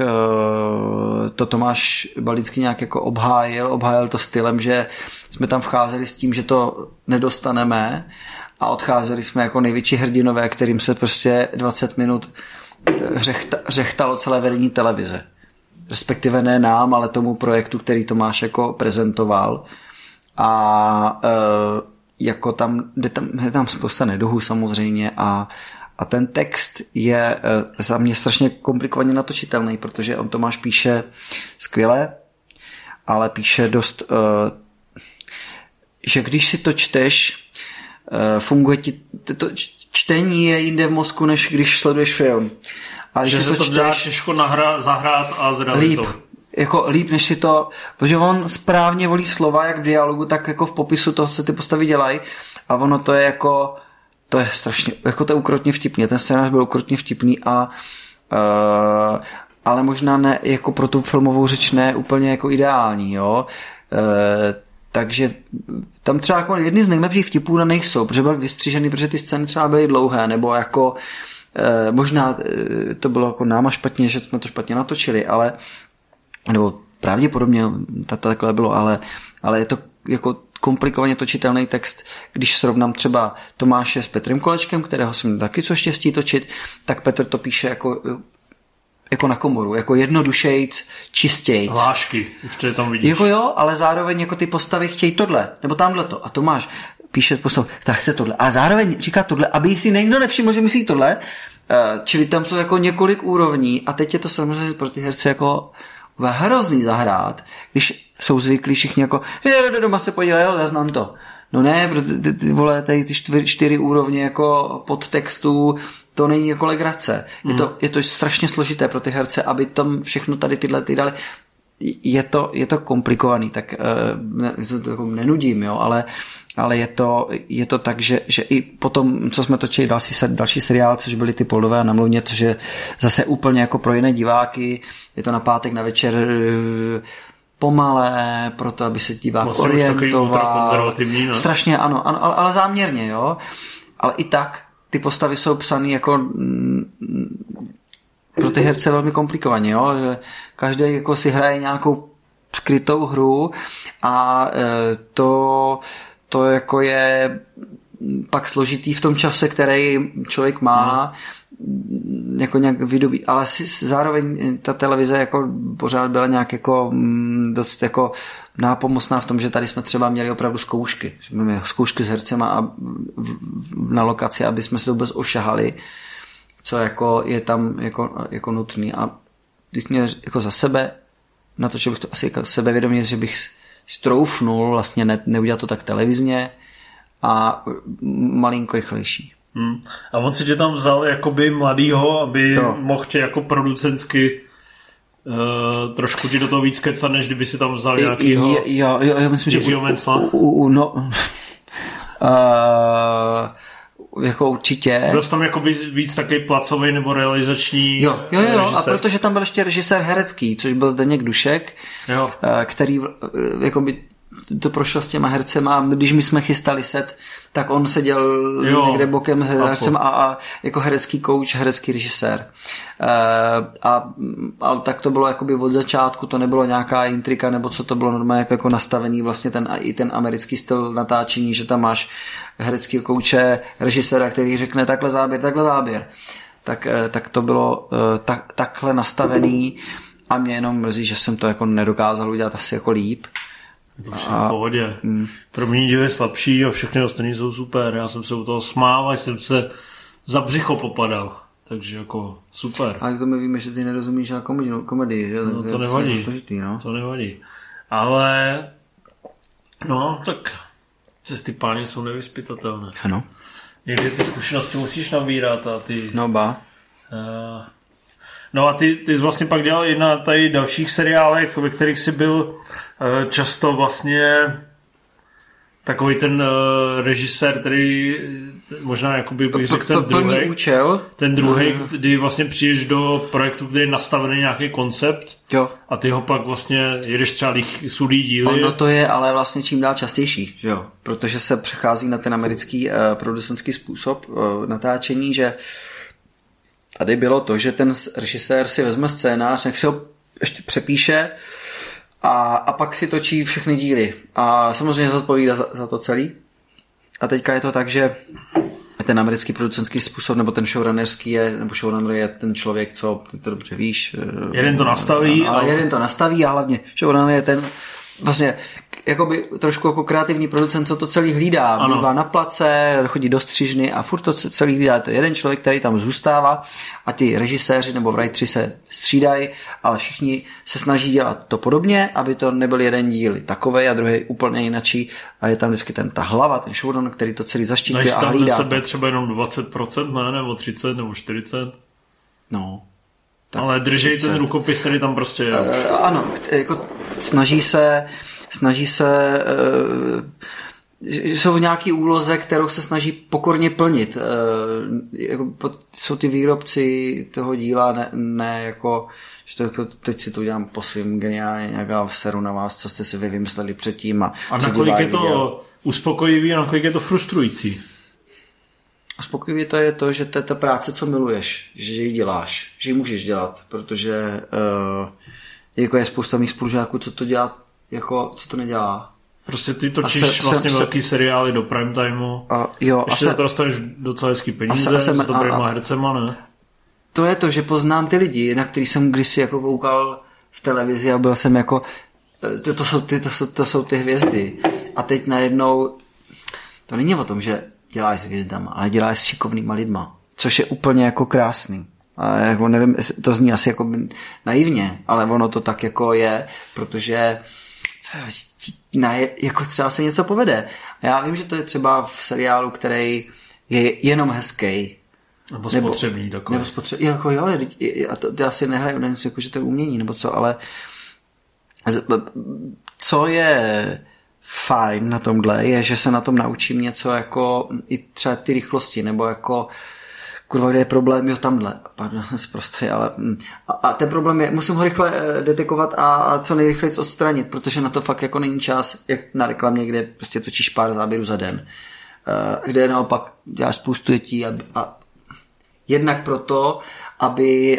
to Tomáš Baldinský nějak jako obhájil to stylem, že jsme tam vcházeli s tím, že to nedostaneme a odcházeli jsme jako největší hrdinové, kterým se prostě 20 minut řechtalo celé vedení televize. Respektive ne nám, ale tomu projektu, který Tomáš jako prezentoval. A jako je tam spousta neduhů samozřejmě a ten text je za mě strašně komplikovaně natočitelný, protože on Tomáš píše skvěle, ale píše dost, že když si to čteš, funguje ti, to čtení je jinde v mozku, než když sleduješ film. Ale že se to dá těžko zahrát a zrealizovat. Líp, než si to, protože on správně volí slova, jak v dialogu, tak jako v popisu toho, co ty postavy dělají, a ono to je jako, to je strašně, jako to je ukrutně vtipný. Ten scénář byl ukrutně vtipný ale možná ne, jako pro tu filmovou řeč ne úplně jako ideální, jo. Takže tam třeba jako jedny z nejlepších vtipů na nejsou, protože byl vystřížený, protože ty scény třeba byly dlouhé, nebo jako možná to bylo jako náma špatně, že jsme to špatně natočili, ale nebo pravděpodobně takhle bylo, ale je to jako komplikovaně točitelný text. Když srovnám třeba Tomáše s Petrem Kolečkem, kterého jsem taky co štěstí točit, tak Petr to píše jako na komoru, jako jednodušejc, čistějc. Hlášky, už to je tam vidíš. Jako jo, ale zároveň jako ty postavy chtějí tohle, nebo tamhleto. A Tomáš píše postavu, tak chce tohle. A zároveň říká tohle, aby si někdo nevšiml, že myslí tohle. Čili tam jsou jako několik úrovní a teď je to samozřejmě pro ty herce jako hrozný zahrát, když jsou zvyklí všichni jako do doma se podívej, jo, já znám to. No ne, protože ty vole, tady ty 4 úrovně jako podtextů, to není jako legrace. Je to strašně složité pro ty herce, aby tam všechno tady tyhle ty dali. Je to komplikovaný, tak to jako nenudím, jo, ale je to tak, že i potom, co jsme točili další seriál, což byly ty Poldové a na Mluvně, což je zase úplně jako pro jiné diváky, je to na pátek na večer pomalé, proto aby se divák orientoval. Strašně ano, ale záměrně, jo. Ale i tak ty postavy jsou psané jako pro ty herce velmi komplikovaně, jo. Že každý jako si hraje nějakou skrytou hru a to jako je pak složitý v tom čase, který člověk má, jako nějak vydobí, ale zároveň ta televize jako pořád byla nějak jako dost jako nápomocná v tom, že tady jsme třeba měli opravdu zkoušky s hercema a na lokaci, aby jsme se vůbec ošahali, co jako je tam jako nutný. A když mě jako za sebe na to, že bych to asi jako sebevědomě, že bych si troufnul vlastně neudělat to tak televizně a malinko rychlejší. A on si tě tam vzal jakoby mladýho, aby mohl tě jako producentsky trošku ti do toho víc kecat, než kdyby si tam vzal nějakýho myslím, Jiřího Mencla. Jako určitě. Byl jsi tam jakoby víc takový placový nebo realizační režisér. A protože tam byl ještě režisér herecký, což byl Zdeněk Dušek, který jakoby to prošel s těma hercema a když my jsme chystali set, tak on seděl někde bokem hercem a jako herecký coach, herecký režisér. Ale tak to bylo jakoby od začátku, to nebylo nějaká intrika, nebo co to bylo normálně jako nastavený vlastně i ten americký styl natáčení, že tam máš herecký kouče, režiséra, který řekne takhle záběr. Tak to bylo takhle nastavený a mě jenom mrzí, že jsem to jako nedokázal udělat asi jako líp. To všechno v pohodě. Trubní díl je slabší a všechny ostatní jsou super. Já jsem se u toho smál, až jsem se za břicho popadal. Takže jako super. Ale to my víme, že ty nerozumíš na komedii, že? No to nevadí. Složitý, no? To nevadí. Ale no, tak cesty páně jsou nevyzpytatelné. Ano. Někdy ty zkušenosti musíš nabírat a ty... No ba. No a ty jsi vlastně pak dělal i na tady dalších seriálech, ve kterých jsi byl často vlastně takový ten režisér, který možná jakoby bych řekl ten druhý. Ten druhý, kdy vlastně přijdeš do projektu, kde je nastavený nějaký koncept a ty ho pak vlastně jedeš třeba sudý díly. Ono to je ale vlastně čím dál častější, že jo? Protože se přechází na ten americký producentský způsob natáčení, že tady bylo to, že ten režisér si vezme scénář, jak si ho ještě přepíše a pak si točí všechny díly. A samozřejmě zodpovídá za to celý. A teďka je to tak, že ten americký producentský způsob, nebo ten showrunnerský nebo showrunner je ten člověk, co ty to dobře víš. Jeden to nastaví. Jeden to nastaví a hlavně showrunner je ten vlastně jakoby trošku jako kreativní producent, co to celý hlídá. Bývá na place, chodí do střižny a furt to celý hlídá. To je jeden člověk, který tam zůstává a ty režiséři nebo writeri se střídají, ale všichni se snaží dělat to podobně, aby to nebyl jeden díl takovej a druhý úplně jinačí a je tam vždycky ta hlava, ten showrunner, který to celý zaštiťuje a hlídá. Nejsi tam ze sebe třeba jenom 20%, ne? Nebo 30, nebo 40? No. Ale držej ten rukopis, který tam prostě je. Ano, jako snaží se jsou v nějaký úloze, kterou se snaží pokorně plnit. Jsou ty výrobci toho díla, ne jako, že to jako, teď si to udělám po svým geniálně, nějaká seru na vás, co jste si vy vymysleli předtím. A nakolik je to uspokojivý a nakolik je to frustrující? Uspokojivý to je to, že to je ta práce, co miluješ, že ji děláš, že ji můžeš dělat, protože Jako je spousta mých spolužáků, co to dělá, jako, co to nedělá. Prostě ty točíš vlastně velký seriály do prime timeu. Ještě to dostaneš docela hezký peníze s dobrýma hercema, ne? To je to, že poznám ty lidi, na který jsem kdysi jako koukal v televizi a byl jsem jako to jsou ty hvězdy. A teď najednou to není o tom, že děláš s hvězdama, ale děláš s šikovnýma lidma, což je úplně jako krásný. A jako nevím, to zní asi jako naivně, ale ono to tak jako je, protože jako třeba se něco povede. A já vím, že to je třeba v seriálu, který je jenom hezký. Nebo spotřebný takový. Nebo spotřebný, jako jo, a to já si nehraju na něco, jako, že to je umění, nebo co, ale co je fajn na tomhle, je, že se na tom naučím něco jako i třeba ty rychlosti, nebo jako kurva, kde je problém, jo, tamhle. Pardon, jsem si prostý, ale a ten problém je, musím ho rychle detekovat a co nejrychleji odstranit, protože na to fakt jako není čas, jak na reklamě, kde prostě točíš pár záběrů za den. Kde naopak děláš spoustu dětí a jednak proto, aby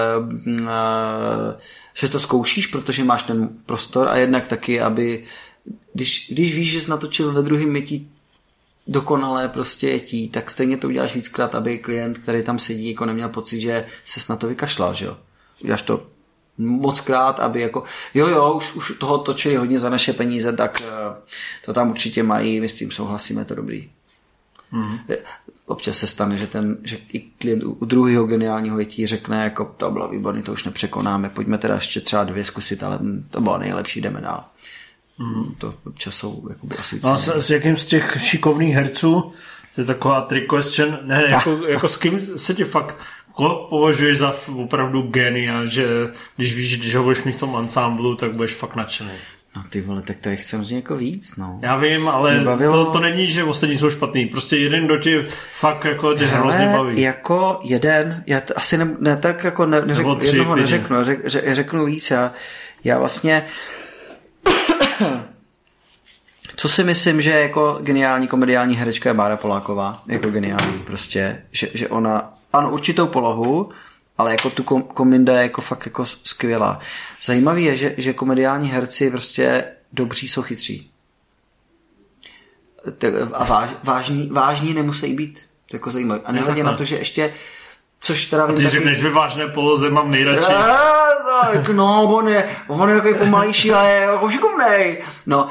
že to zkoušíš, protože máš ten prostor a jednak taky, aby když víš, že jsi natočil ve druhém mytí dokonalé prostě jetí, tak stejně to uděláš víckrát, aby klient, který tam sedí, jako neměl pocit, že ses na to vykašlal, že jo. Uděláš to mockrát, aby jako už toho točili hodně za naše peníze, tak to tam určitě mají, my s tím souhlasíme, to dobrý. Občas se stane, že i klient u druhého geniálního jetí řekne, jako to bylo výborný, to už nepřekonáme, pojďme teda ještě třeba 2 zkusit, ale to bylo nejlepší, jdeme dál. To občas jsou jakoby asi no, s jakým z těch šikovných herců, to je taková trick question, ne, jako s kým se ti fakt považuješ za opravdu génia, že když víš, že ho budeš mít v tom ansámblu, tak budeš fakt nadšený. No ty vole, tak to je chci jako víc, no. Já vím, ale to není, že ostatní jsou špatný. Prostě jeden, kdo ti fakt jako tě hrozně baví. Jako jeden, já asi ne tak jako neřeknu, řeknu víc. Já vlastně co si myslím, že jako geniální komediální herečka je Bára Poláková, jako geniální prostě, že ona, ano, určitou polohu, ale jako tu kominda je jako fakt jako skvělá. Zajímavý je, že komediální herci prostě dobří jsou chytří. A vážní nemusí být. To je jako zajímavý. A nehledě na to, že ještě což teda vím, ty řekneš, ve vážné poloze mám nejradši. No, on je jako pomalejší, ale je jako šikovnej. No,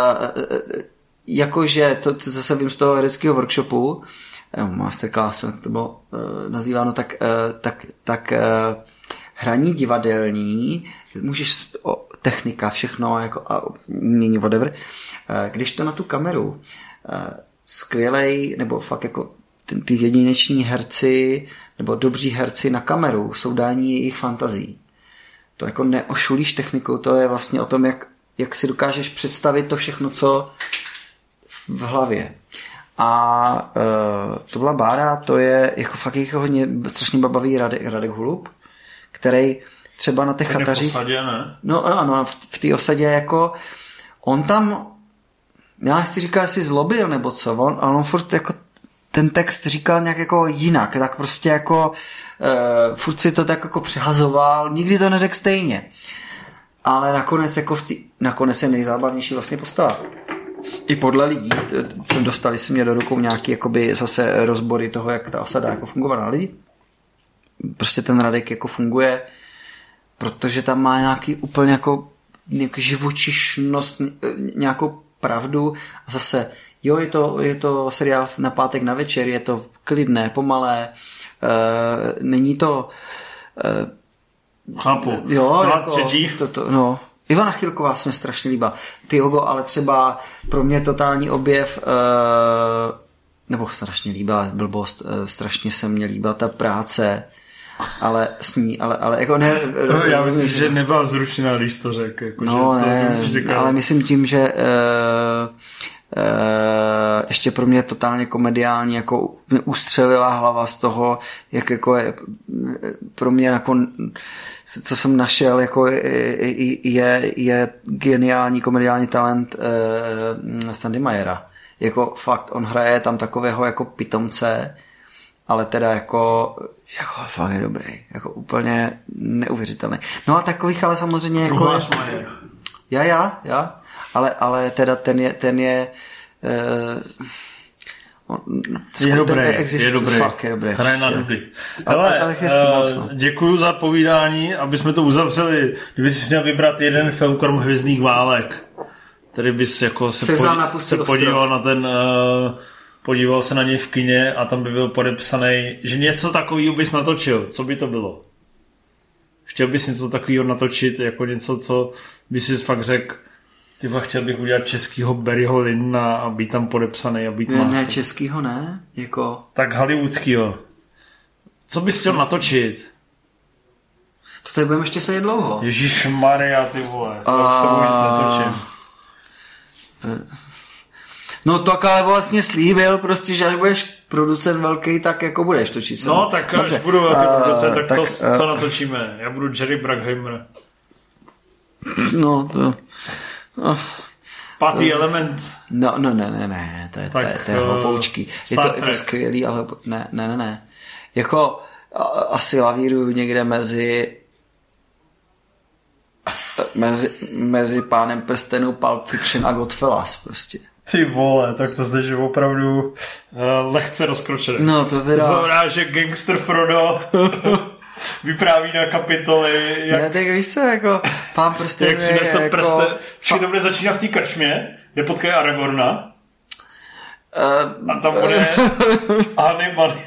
jakože, to zase vím z toho hereckého workshopu, masterclassu, jak to bylo nazýváno, tak hraní divadelní, můžeš, technika, všechno, jako a umění, whatever, když to na tu kameru, skvělej, nebo fakt jako ty jedineční herci, nebo dobří herci na kameru jsou dání jejich fantazí. To jako neošulíš technikou, to je vlastně o tom, jak si dokážeš představit to všechno, co v hlavě. A to byla Bára, to je jako fakt jako hodně strašně baví Radek Hulub, který třeba na těch chatařích... v osadě, ne? No ano, v té osadě jako on tam, já chci říkat, jestli zlobil nebo co, on furt jako ten text říkal nějak jako jinak, tak prostě jako furt si to tak jako přehazoval, nikdy to neřekl stejně. Ale nakonec jako nakonec je nejzábavnější vlastně postava. I podle lidí dostali se mě do rukou nějaký jakoby zase rozbory toho, jak ta osada jako fungovala na lidi. Prostě ten Radek jako funguje, protože tam má nějaký úplně jako živočišnost, nějakou pravdu a zase jo, je to seriál na pátek na večer, je to klidné, pomalé, není to... Chápu. Jo, jako, no. Ivana Chilková se mi strašně líbá. Ale třeba pro mě totální objev, nebo strašně líbá, blbost, strašně se mně líbá ta práce, ale s ní, ale jako ne... No, já myslím, že nebyla zrušená, když to řekl. Jako, no že ne, ale myslím tím, že ještě pro mě totálně komediální, jako mě ustřelila hlava z toho, jak jako je pro mě jako, co jsem našel, jako je geniální komediální talent Sandy Mayera. Jako fakt, on hraje tam takového jako pitomce ale teda jako fakt je dobrý, jako úplně neuvěřitelný. No a takových ale samozřejmě jako já, ale teda ten je je dobrý. Fakt je dobrý. Hraje na dudy. Hele, děkuju za povídání, aby jsme to uzavřeli. Kdyby jsi měl vybrat jeden film krom Hvězdných válek, který bys jako se podíval na ten podíval se na něj v kině a tam by byl podepsaný, že něco takového bys natočil. Co by to bylo? Chtěl bys něco takového natočit, jako něco, co by si fakt řekl, chtěl bych udělat českýho Barryho Lyndona a být tam podepsaný a být master. Ne, českýho ne, jako... Tak hollywoodskýho. Co bys chtěl natočit? To tady budeme ještě sedět dlouho. Ježišmarja, ty vole. Já s tebou nic natočím. No tak ale vlastně slíbil prostě, že až budeš producent velký, tak jako budeš točit. No tak až budu velký producent, tak co natočíme? Já budu Jerry Bruckheimer. No to... Pátý element. No, ne, to je hloupoučký. Je to skvělý, ale ne. Jako asi lavíruju někde mezi Pánem prstenů, Pulp Fiction a Godfellas prostě. Ty vole, tak to zde, že opravdu lehce rozkročený. No to teda... To znamená, že gangster Frodo vypráví na kapitoly, jak... Ne, tak víš co, jako Pán prstenů jak přinesl jako... prsten... Všichni to bude začínat v té krčmě, kde potkají Aragorna. A tam bude Hannibal.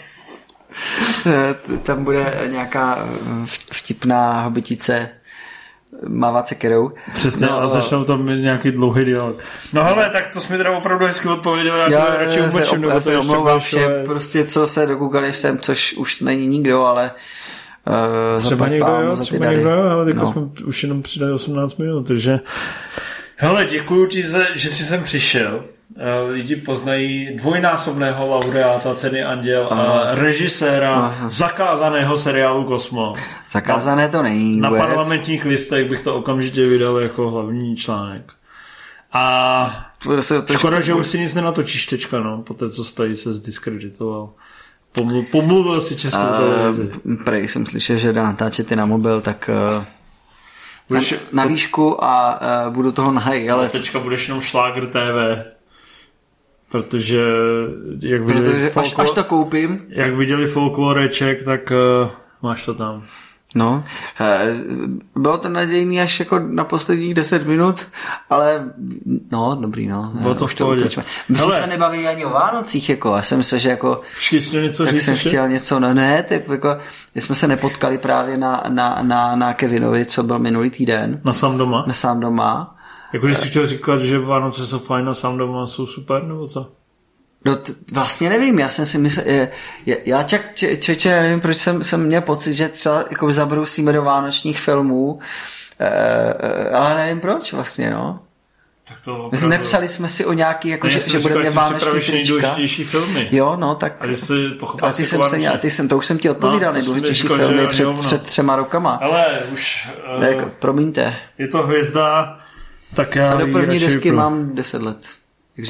Tam bude nějaká vtipná hobitice mávat sekerou. Přesně, no, a začnou tam nějaký dlouhý dialog. No hele, tak to jsi mi teda opravdu hezky odpověděl. Já se omlouvám všem, prostě co se dokoukali jsem, což už není nikdo, ale třeba někdo, ale teďka jsme už jenom přidali 18 minut, takže hele, děkuju ti, že jsi sem přišel. Lidi poznají dvojnásobného laureáta ceny Anděl a režiséra zakázaného seriálu Kosmo. Zakázané to není. Na parlamentních listech bych to okamžitě vydal jako hlavní článek. A škoda, že už si nic nenatočíš teďka, no, po té, co tady se zdiskreditoval. Pomluvil si Českou televizi. Prej jsem slyšel, že jde natáčet i na mobil, tak na výšku a budu toho nahej. Ale teďka budeš jenom Šlágr TV. Protože až to koupím. Jak viděli folkloreček, tak máš to tam. No, bylo to nadějný až jako na posledních 10 minut, ale no, dobrý, no. Bylo to v pohodě. My jsme se nebavili ani o Vánocích, jako, já jsem myslel, že jako... tak jsem chtěl něco, no ne, tak jako, jsme se nepotkali právě na Kevinovi, co byl minulý týden. Na Sám doma. Jakože jsi chtěl říkat, že Vánoce jsou fajn a Sám doma jsou super, nebo co? No vlastně nevím, já jsem si myslel, já nevím, proč jsem měl pocit, že třeba jako zabrousíme do vánočních filmů, ale nevím proč vlastně, vlastně, no. Nepsali jsme si o nějaký, jako, že budeme vánoční trička. Filmy. Jo, no, tak... A to už jsem ti odpovídal, nejdůležitější filmy před 3 rokama. Ale už... Tak, promiňte. Je to hvězda, tak já... A do první desky mám 10 let, jak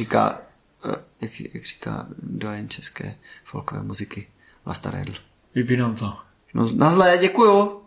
říká dojen české folkové muziky Vlasta Redl. Vypínám to. No, na zlé, děkuju.